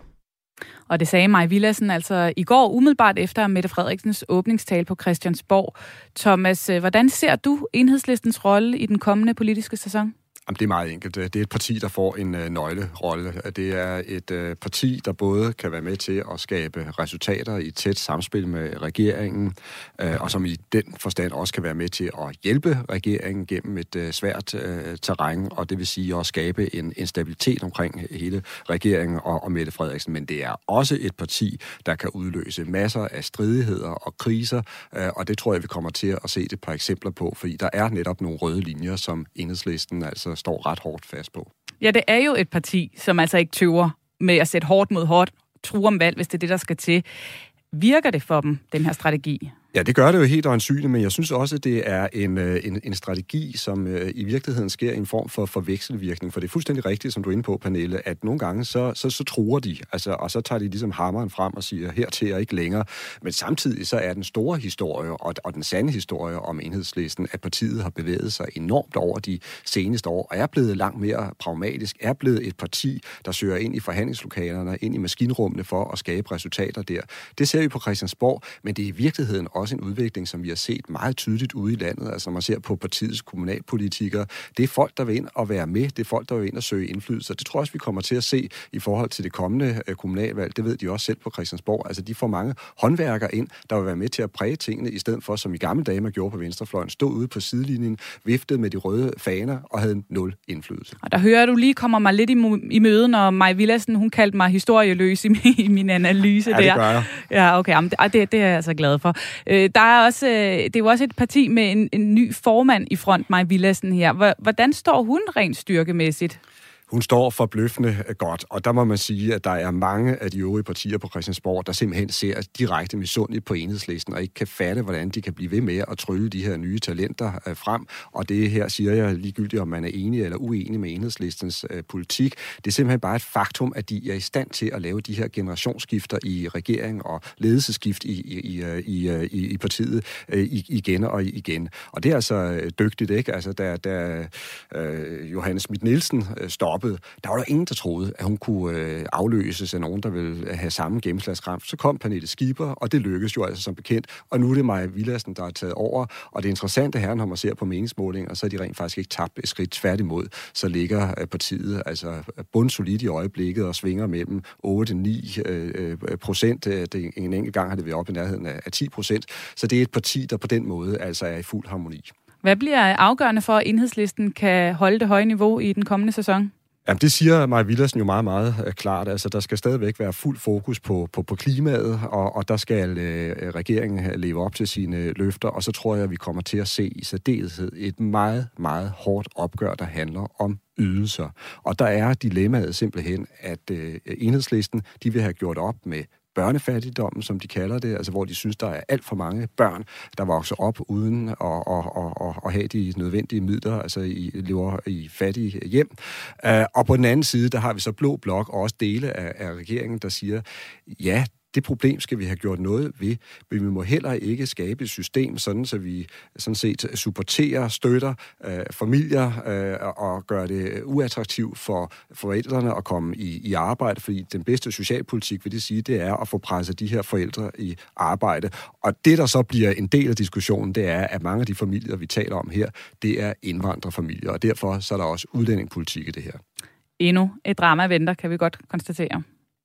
Speaker 4: Og det sagde Mai Villadsen altså i går, umiddelbart efter Mette Frederiksens åbningstale på Christiansborg. Thomas, hvordan ser du Enhedslistens rolle i den kommende politiske sæson?
Speaker 7: Jamen, det er meget enkelt. Det er et parti, der får en øh, nøglerolle. Det er et øh, parti, der både kan være med til at skabe resultater i et tæt samspil med regeringen, øh, og som i den forstand også kan være med til at hjælpe regeringen gennem et øh, svært øh, terræn, og det vil sige også skabe en, en stabilitet omkring hele regeringen og, og Mette Frederiksen. Men det er også et parti, der kan udløse masser af stridigheder og kriser, øh, og det tror jeg, vi kommer til at se et par eksempler på, fordi der er netop nogle røde linjer, som Enhedslisten altså står ret hårdt fast på.
Speaker 4: Ja, det er jo et parti, som altså ikke tøver med at sætte hårdt mod hårdt, true om valg, hvis det er det, der skal til. Virker det for dem, den her strategi?
Speaker 7: Ja, det gør det jo helt øjensynligt, men jeg synes også, at det er en, en, en strategi, som øh, i virkeligheden sker i en form for, for vekselvirkning. For det er fuldstændig rigtigt, som du er inde på, Pernille, at nogle gange så, så, så truer de, altså, og så tager de ligesom hammeren frem og siger, hertil og ikke længere. Men samtidig så er den store historie, og, og den sande historie om Enhedslisten, at partiet har bevæget sig enormt over de seneste år, og er blevet langt mere pragmatisk, er blevet et parti, der søger ind i forhandlingslokalerne, ind i maskinrummene for at skabe resultater der. Det ser vi på Christiansborg, men det er i virkeligheden også en udvikling, som vi har set meget tydeligt ude i landet. Altså, når man ser på partiets kommunalpolitikere, det er folk, der vil ind og være med. Det er folk, der vil ind og søge indflydelse. Det tror jeg også, vi kommer til at se i forhold til det kommende øh, kommunalvalg. Det ved de også selv på Christiansborg. Altså, de får mange håndværkere ind, der vil være med til at præge tingene, i stedet for, som i gamle dage, man gjorde på venstrefløjen, stod ude på sidelinjen, viftede med de røde faner og havde nul indflydelse.
Speaker 4: Og der hører du lige, kommer mig lidt i, i møde, når Mai Villadsen, hun kaldte mig historieløs i min, i min analyse
Speaker 7: ja,
Speaker 4: der.
Speaker 7: Det gør jeg.
Speaker 4: Ja, okay. Jamen, det, det, det er jeg altså glad for. Øh, Der er også, det er jo også et parti med en, en ny formand i front, Mai Villadsen her. Hvordan står hun rent styrkemæssigt?
Speaker 7: Hun står forbløffende godt, og der må man sige, at der er mange af de øvrige partier på Christiansborg, der simpelthen ser direkte misundeligt på Enhedslisten, og ikke kan fatte, hvordan de kan blive ved med at trylle de her nye talenter øh, frem. Og det her siger jeg ligegyldigt, om man er enig eller uenig med Enhedslistens øh, politik. Det er simpelthen bare et faktum, at de er i stand til at lave de her generationsskifter i regeringen og ledelsesskift i, i, i, i, i partiet øh, igen og igen. Og det er altså dygtigt, ikke? Altså, da, da øh, Johanne Schmidt-Nielsen øh, stoppede, der var der ingen, der troede, at hun kunne øh, afløses af nogen, der ville have samme gennemslagskraft. Så kom Pernille Skipper, og det lykkedes jo altså som bekendt. Og nu er det Mai Villadsen, der er taget over. Og det interessante her, når man ser på meningsmålinger, så er de rent faktisk ikke tabt et skridt. Tværtimod, så ligger øh, partiet altså bundsolidt i øjeblikket og svinger mellem otte til ni øh, procent. Det, en enkelt gang har det været op i nærheden af, af ti procent. Så det er et parti, der på den måde altså er i fuld harmoni.
Speaker 4: Hvad bliver afgørende for, at Enhedslisten kan holde det høje niveau i den kommende sæson?
Speaker 7: Jamen, det siger Mai Villadsen jo meget, meget uh, klart. Altså, der skal stadigvæk være fuld fokus på, på, på klimaet, og, og der skal uh, regeringen leve op til sine løfter, og så tror jeg, at vi kommer til at se i særdeleshed et meget, meget hårdt opgør, der handler om ydelser. Og der er dilemmaet simpelthen, at uh, Enhedslisten, de vil have gjort op med børnefattigdommen, som de kalder det, altså hvor de synes, der er alt for mange børn, der vokser op uden at, at, at, at, at have de nødvendige midler, altså i, lever i fattige hjem. Uh, og på den anden side, der har vi så Blå Blok og også dele af, af regeringen, der siger, ja, det problem skal vi have gjort noget ved, men vi må heller ikke skabe et system, sådan så vi sådan set supporterer, støtter øh, familier øh, og gør det uattraktivt for forældrene at komme i, i arbejde, fordi den bedste socialpolitik, vil det sige, det er at få presset de her forældre i arbejde. Og det, der så bliver en del af diskussionen, det er, at mange af de familier, vi taler om her, det er indvandrerfamilier, og derfor så er der også udlændingepolitik i det her.
Speaker 4: Endnu et drama venter, kan vi godt konstatere.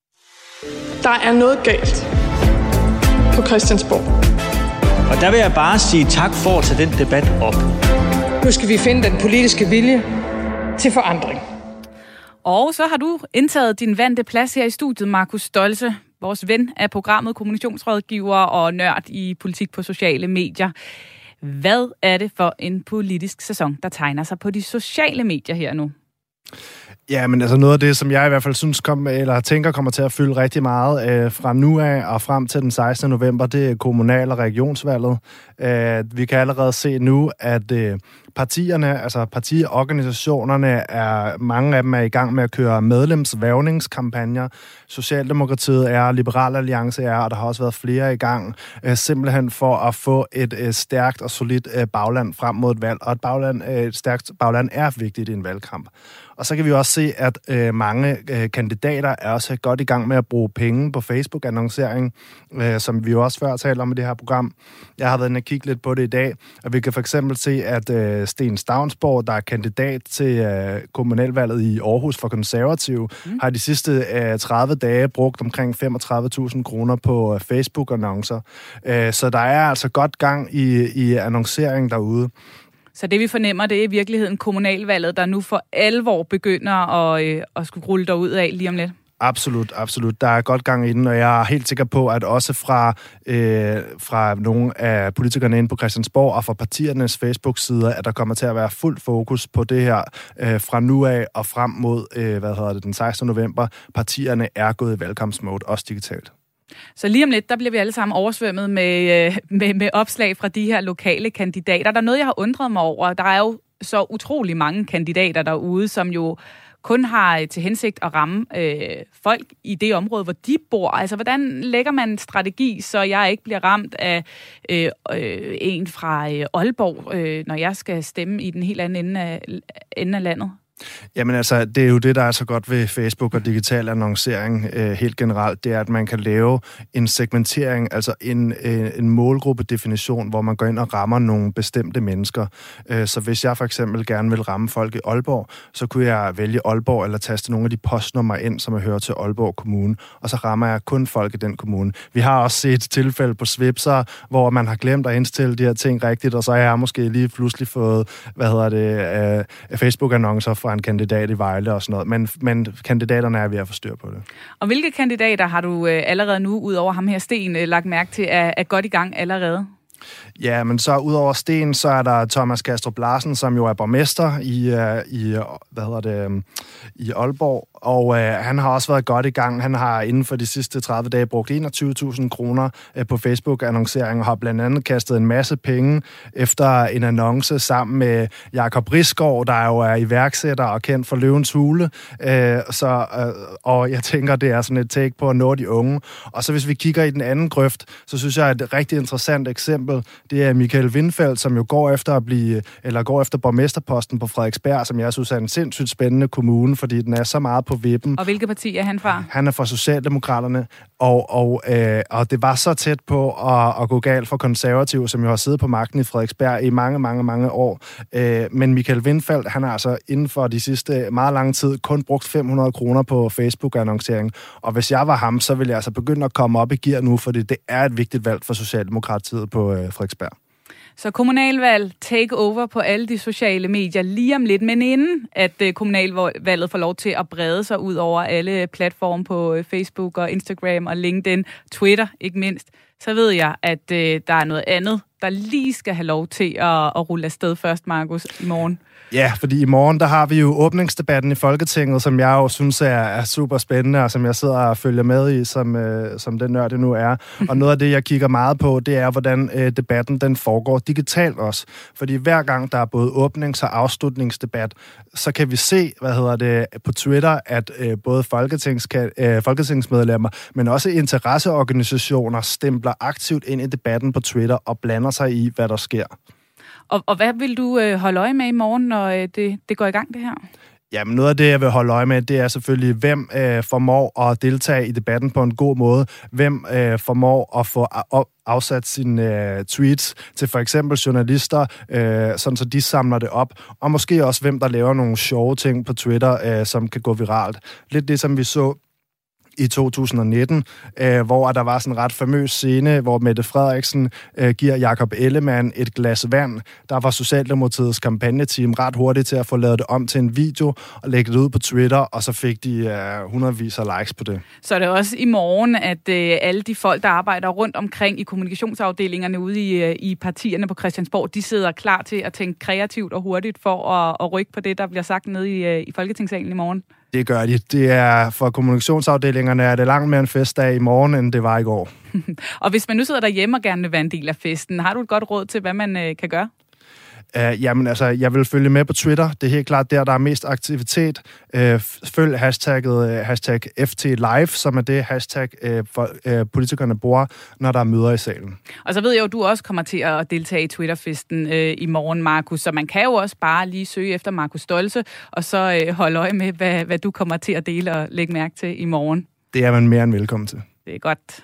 Speaker 17: Der er noget galt på Christiansborg.
Speaker 3: Og der vil jeg bare sige tak for at tage den debat op.
Speaker 1: Nu skal vi finde den politiske vilje til forandring.
Speaker 4: Og så har du indtaget din vante plads her i studiet, Markus Stolze. vores ven af programmet, kommunikationsrådgiver og nørd i politik på sociale medier. Hvad er det for en politisk sæson, der tegner sig på de sociale medier her nu?
Speaker 19: Ja, men altså noget af det, som jeg i hvert fald synes, kom, eller tænker kommer til at fylde rigtig meget øh, fra nu af og frem til den sekstende november, det er kommunal- og regionsvalget. Øh, vi kan allerede se nu, at øh, partierne, altså partiorganisationerne, er, mange af dem er i gang med at køre medlemsvævningskampagner. Socialdemokratiet er, Liberal Alliance er, og der har også været flere i gang, øh, simpelthen for at få et øh, stærkt og solidt øh, bagland frem mod et valg. Og et, bagland, øh, et stærkt bagland er vigtigt i en valgkamp. Og så kan vi også se, at øh, mange øh, kandidater er også godt i gang med at bruge penge på Facebook-annoncering, øh, som vi jo også før talte om i det her program. Jeg har været inde og kigge lidt på det i dag, og vi kan for eksempel se, at øh, Sten Stavnsborg, der er kandidat til øh, kommunalvalget i Aarhus for Konservative, mm. har de sidste øh, tredive dage brugt omkring femogtredive tusind kroner på øh, Facebook-annoncer. Øh, så der er altså godt gang i, i annoncering derude.
Speaker 4: Så det vi fornemmer, det er i virkeligheden kommunalvalget, der nu for alvor begynder at, øh, at skulle rulle derud af lige om lidt?
Speaker 19: Absolut, absolut. Der er godt gang i den, og jeg er helt sikker på, at også fra, øh, fra nogle af politikerne inde på Christiansborg og fra partiernes Facebook-sider, at der kommer til at være fuld fokus på det her øh, fra nu af og frem mod øh, hvad hedder det, den sekstende november. Partierne er gået i valgkampsmode, også digitalt.
Speaker 4: Så lige om lidt, der bliver vi alle sammen oversvømmet med, med, med opslag fra de her lokale kandidater. Der er noget, jeg har undret mig over. Der er jo så utrolig mange kandidater derude, som jo kun har til hensigt at ramme øh, folk i det område, hvor de bor. Altså, hvordan lægger man en strategi, så jeg ikke bliver ramt af øh, øh, en fra øh, Aalborg, øh, når jeg skal stemme i den helt anden ende af, ende af landet?
Speaker 19: Jamen altså, det er jo det, der er så godt ved Facebook og digital annoncering øh, helt generelt, det er, at man kan lave en segmentering, altså en, øh, en målgruppedefinition, hvor man går ind og rammer nogle bestemte mennesker. Øh, så hvis jeg for eksempel gerne vil ramme folk i Aalborg, så kunne jeg vælge Aalborg eller taste nogle af de postnumre ind, som jeg hører til Aalborg Kommune, og så rammer jeg kun folk i den kommune. Vi har også set tilfælde på Svipser, hvor man har glemt at indstille de her ting rigtigt, og så har jeg måske lige pludselig fået, hvad hedder det, øh, Facebook-annoncer fra en kandidat i Vejle og sådan noget. Men, men kandidaterne er ved at få styr på det. Og
Speaker 4: hvilke kandidater har du øh, allerede nu, ud over ham her Sten, øh, lagt mærke til, er, er godt i gang allerede?
Speaker 19: Ja, men så ud over Sten, så er der Thomas Kastrup Larsen, som jo er borgmester i, uh, i hvad hedder det, um, i Aalborg, og uh, han har også været godt i gang. Han har inden for de sidste tredive dage brugt enogtyve tusind kroner uh, på Facebook-annoncering, og har blandt andet kastet en masse penge efter en annonce sammen med Jakob Risgaard, der jo er iværksætter og kendt for Løvens Hule. Uh, så, uh, og jeg tænker, det er sådan et take på at nå de unge. Og så hvis vi kigger i den anden grøft, så synes jeg, at et rigtig interessant eksempel, det er Michael Vindfeldt, som jo går efter at blive, eller går efter borgmesterposten på Frederiksberg, som jeg synes er en sindssygt spændende kommune, fordi den er så meget på vippen.
Speaker 4: Og hvilke parti er han fra?
Speaker 19: Han er fra Socialdemokraterne, og, og, øh, og det var så tæt på at, at gå galt for Konservative, som jo har siddet på magten i Frederiksberg i mange, mange, mange år. Øh, men Michael Vindfeldt, han har altså inden for de sidste meget lang tid kun brugt fem hundrede kroner på Facebook-annoncering. Og hvis jeg var ham, så ville jeg altså begynde at komme op i gear nu, fordi det er et vigtigt valg for Socialdemokratiet på øh, Frederiksberg.
Speaker 4: Så kommunalvalg, take over på alle de sociale medier lige om lidt, men inden at uh, kommunalvalget får lov til at brede sig ud over alle platforme på uh, Facebook og Instagram og LinkedIn, Twitter ikke mindst, så ved jeg, at uh, der er noget andet, der lige skal have lov til at, at rulle afsted først, Markus, i morgen.
Speaker 19: Ja, fordi i morgen, der har vi jo åbningsdebatten i Folketinget, som jeg jo synes er, er super spændende, og som jeg sidder og følger med i, som, øh, som den nørd det nu er. Og noget af det, jeg kigger meget på, det er, hvordan øh, debatten den foregår digitalt også. Fordi hver gang der er både åbnings- og afslutningsdebat, så kan vi se, hvad hedder det, på Twitter, at øh, både folketings- øh, folketingsmedlemmer, men også interesseorganisationer stempler aktivt ind i debatten på Twitter og blander sig i, hvad der sker.
Speaker 4: Og, og hvad vil du øh, holde øje med i morgen, når øh, det, det går i gang, det her?
Speaker 19: Jamen, noget af det, jeg vil holde øje med, det er selvfølgelig, hvem øh, formår at deltage i debatten på en god måde. Hvem øh, formår at få afsat sine øh, tweets til for eksempel journalister, øh, sådan så de samler det op. Og måske også, hvem der laver nogle sjove ting på Twitter, øh, som kan gå viralt. Lidt det, som vi så i to tusind nitten, øh, hvor der var sådan en ret famøs scene, hvor Mette Frederiksen øh, giver Jakob Ellemann et glas vand. Der var Socialdemokratiets kampagneteam ret hurtigt til at få lavet det om til en video og lægge det ud på Twitter, og så fik de øh, hundredvis af likes på det.
Speaker 4: Så er det også i morgen, at øh, alle de folk, der arbejder rundt omkring i kommunikationsafdelingerne ude i, øh, i partierne på Christiansborg, de sidder klar til at tænke kreativt og hurtigt for at, at rykke på det, der bliver sagt nede i, øh, i Folketingssalen i morgen.
Speaker 19: Det gør de. Det er for kommunikationsafdelingerne er det langt mere en festdag i morgen, end det var i går.
Speaker 4: Og hvis man nu sidder derhjemme og gerne vil være en del af festen, har du et godt råd til, hvad man øh, kan gøre?
Speaker 19: Uh, jamen altså, jeg vil følge med på Twitter. Det er helt klart der, der er mest aktivitet. Uh, følg hashtagget, uh, hashtag F T Live, som er det hashtag, uh, for, uh, politikerne bruger, når der er møder i salen.
Speaker 4: Og så ved jeg jo, at du også kommer til at deltage i Twitterfesten uh, i morgen, Markus. Så man kan jo også bare lige søge efter Markus Stolze, og så uh, holde øje med, hvad, hvad du kommer til at dele og lægge mærke til i morgen.
Speaker 19: Det er man mere end velkommen til.
Speaker 4: Det er godt.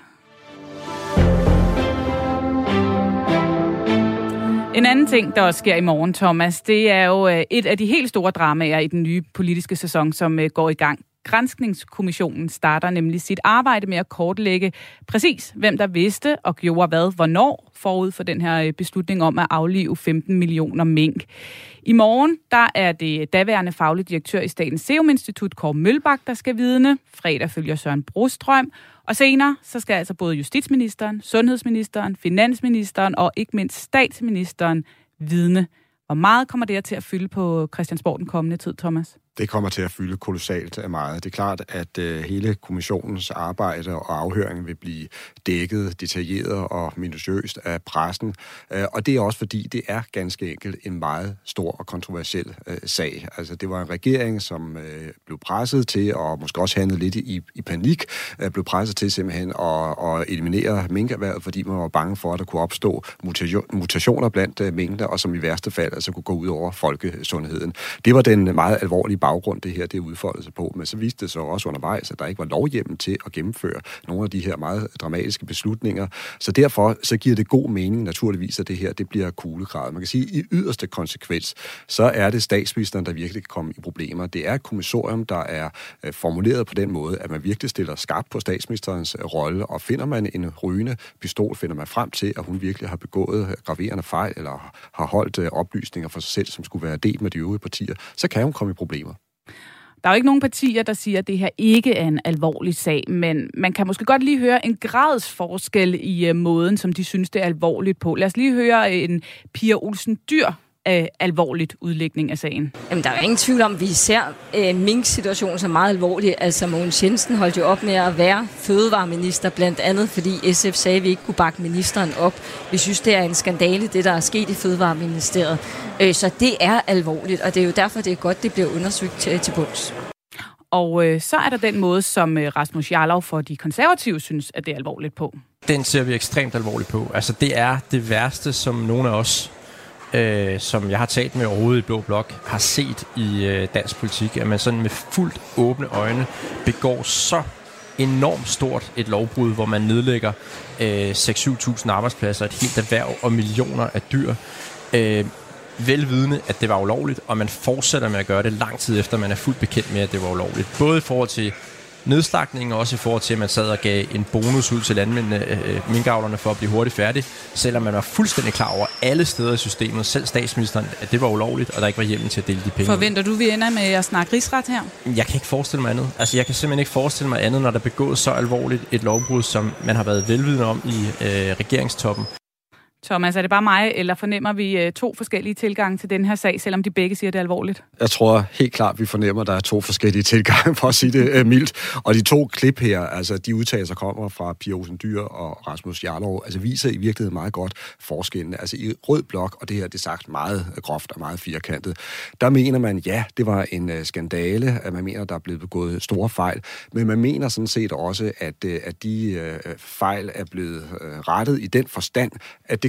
Speaker 4: En anden ting, der også sker i morgen, Thomas, det er jo et af de helt store dramaer i den nye politiske sæson, som går i gang. Granskningskommissionen starter nemlig sit arbejde med at kortlægge præcis, hvem der vidste og gjorde hvad, hvornår, forud for den her beslutning om at aflive femten millioner mink. I morgen, der er det daværende faglige direktør i Statens Serum Institut, Kåre Mølbak, der skal vidne. Fredag følger Søren Brostrøm. Og senere, så skal altså både justitsministeren, sundhedsministeren, finansministeren og ikke mindst statsministeren vidne. Hvor meget kommer det til at fylde på Christiansborg den kommende tid, Thomas?
Speaker 7: Det kommer til at fylde kolossalt af meget. Det er klart, at øh, hele kommissionens arbejde og afhøring vil blive dækket, detaljeret og minutiøst af pressen. Øh, og det er også fordi, det er ganske enkelt en meget stor og kontroversiel øh, sag. Altså, det var en regering, som øh, blev presset til, og måske også handlede lidt i, i panik, øh, blev presset til simpelthen at, at eliminere minkerhvervet, fordi man var bange for, at der kunne opstå mutationer blandt øh, minkene, og som i værste fald altså kunne gå ud over folkesundheden. Det var den meget alvorlige baggrund, det her det udfoldede sig på, men så viste det sig også undervejs, at der ikke var lovhjemmel til at gennemføre nogle af de her meget dramatiske beslutninger. Så derfor så giver det god mening naturligvis, at det her det bliver kuglegravet. Man kan sige, at i yderste konsekvens, så er det statsministeren, der virkelig kan komme i problemer. Det er et kommissorium, der er formuleret på den måde, at man virkelig stiller skarpt på statsministerens rolle, og finder man en rygende pistol, finder man frem til, at hun virkelig har begået graverende fejl, eller har holdt oplysninger for sig selv, som skulle være delt med de øvrige partier, så kan hun komme i problemer.
Speaker 4: Der er jo ikke nogen partier, der siger, at det her ikke er en alvorlig sag, men man kan måske godt lige høre en gradsforskel i uh, måden, som de synes, det er alvorligt på. Lad os lige høre en Pia Olsen Dyhr uh, alvorligt udlægning af sagen.
Speaker 20: Jamen, der er jo ingen tvivl om, at vi ser uh, Mink-situationen som meget alvorlig. Altså, Mogens Jensen holdt jo op med at være fødevareminister, blandt andet fordi S F sagde, at vi ikke kunne bakke ministeren op. Vi synes, det er en skandale, det der er sket i Fødevareministeriet. Uh, så det er alvorligt, og det er jo derfor, det er godt, det bliver undersøgt til, til bunds.
Speaker 4: Og øh, så er der den måde, som øh, Rasmus Jarlov for de konservative synes, at det er alvorligt på.
Speaker 11: Den ser vi ekstremt alvorligt på. Altså, det er det værste, som nogle af os, øh, som jeg har talt med overhovedet i Blå Blok, har set i øh, dansk politik. At man sådan med fuldt åbne øjne begår så enormt stort et lovbrud, hvor man nedlægger øh, seks til syv tusind arbejdspladser, et helt erhverv og millioner af dyr. Øh, velvidende, at det var ulovligt, og man fortsætter med at gøre det lang tid efter, man er fuldt bekendt med, at det var ulovligt. Både i forhold til nedslagtning, og også i forhold til, at man sad og gav en bonus ud til landmændene, øh, minkavlerne for at blive hurtigt færdig, selvom man var fuldstændig klar over alle steder i systemet, selv statsministeren, at det var ulovligt, og der ikke var hjemmel til at dele de penge.
Speaker 4: Forventer du, vi ender med at snakke rigsret her?
Speaker 11: Jeg kan ikke forestille mig andet. Altså, jeg kan simpelthen ikke forestille mig andet, når der er begået så alvorligt et lovbrud, som man har været velvidende om i øh, regeringstoppen.
Speaker 4: Thomas, er det bare mig, eller fornemmer vi to forskellige tilgange til den her sag, selvom de begge siger, det er alvorligt?
Speaker 7: Jeg tror helt klart, vi fornemmer, at der er to forskellige tilgange, for at sige det uh, mildt. Og de to klip her, altså de udtalelser kommer fra Pia Olsen Dyhr og Rasmus Jarlov, altså viser i virkeligheden meget godt forskellen. Altså i Rød Blok, og det her det er sagt meget groft og meget firkantet, der mener man, ja, det var en uh, skandale, at man mener, der er blevet begået store fejl, men man mener sådan set også, at, uh, at de uh, fejl er blevet uh, rettet i den forstand, at det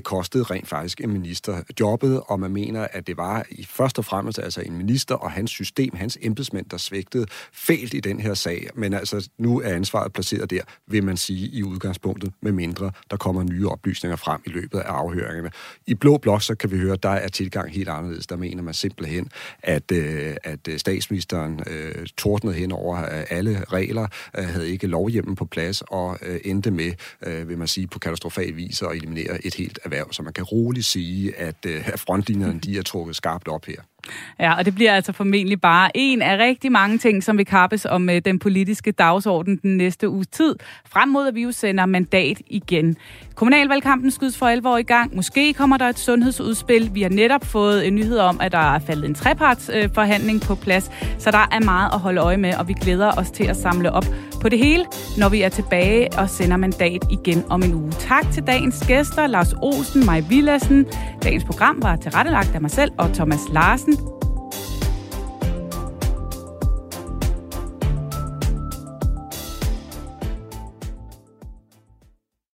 Speaker 7: kostede rent faktisk en minister jobbet, og man mener, at det var i først og fremmest altså en minister og hans system, hans embedsmænd, der svigtede fælt i den her sag. Men altså, nu er ansvaret placeret der, vil man sige, i udgangspunktet, med mindre der kommer nye oplysninger frem i løbet af afhøringerne. I Blå Blok, så kan vi høre, at der er tilgang helt anderledes. Der mener man simpelthen, at, øh, at statsministeren øh, tordnede hen over alle regler, øh, havde ikke lovhjemmen på plads, og øh, endte med, øh, vil man sige, på katastrofal vis at eliminere et helt erhverv. Så man kan roligt sige, at øh, frontlinjerne de er trukket skarpt op her.
Speaker 4: Ja, og det bliver altså formentlig bare en af rigtig mange ting, som vil kappes om øh, den politiske dagsorden den næste uges tid, frem mod at vi jo sender mandat igen. Kommunalvalgkampen skydes for alvor i gang. Måske kommer der et sundhedsudspil. Vi har netop fået en nyhed om, at der er faldet en trepartsforhandling øh, på plads, så der er meget at holde øje med, og vi glæder os til at samle op på det hele, når vi er tilbage og sender mandat igen om en uge. Tak til dagens gæster, Lars Olsen, Maj Villadsen. Dagens program var tilrettelagt af mig selv og Thomas Larsen.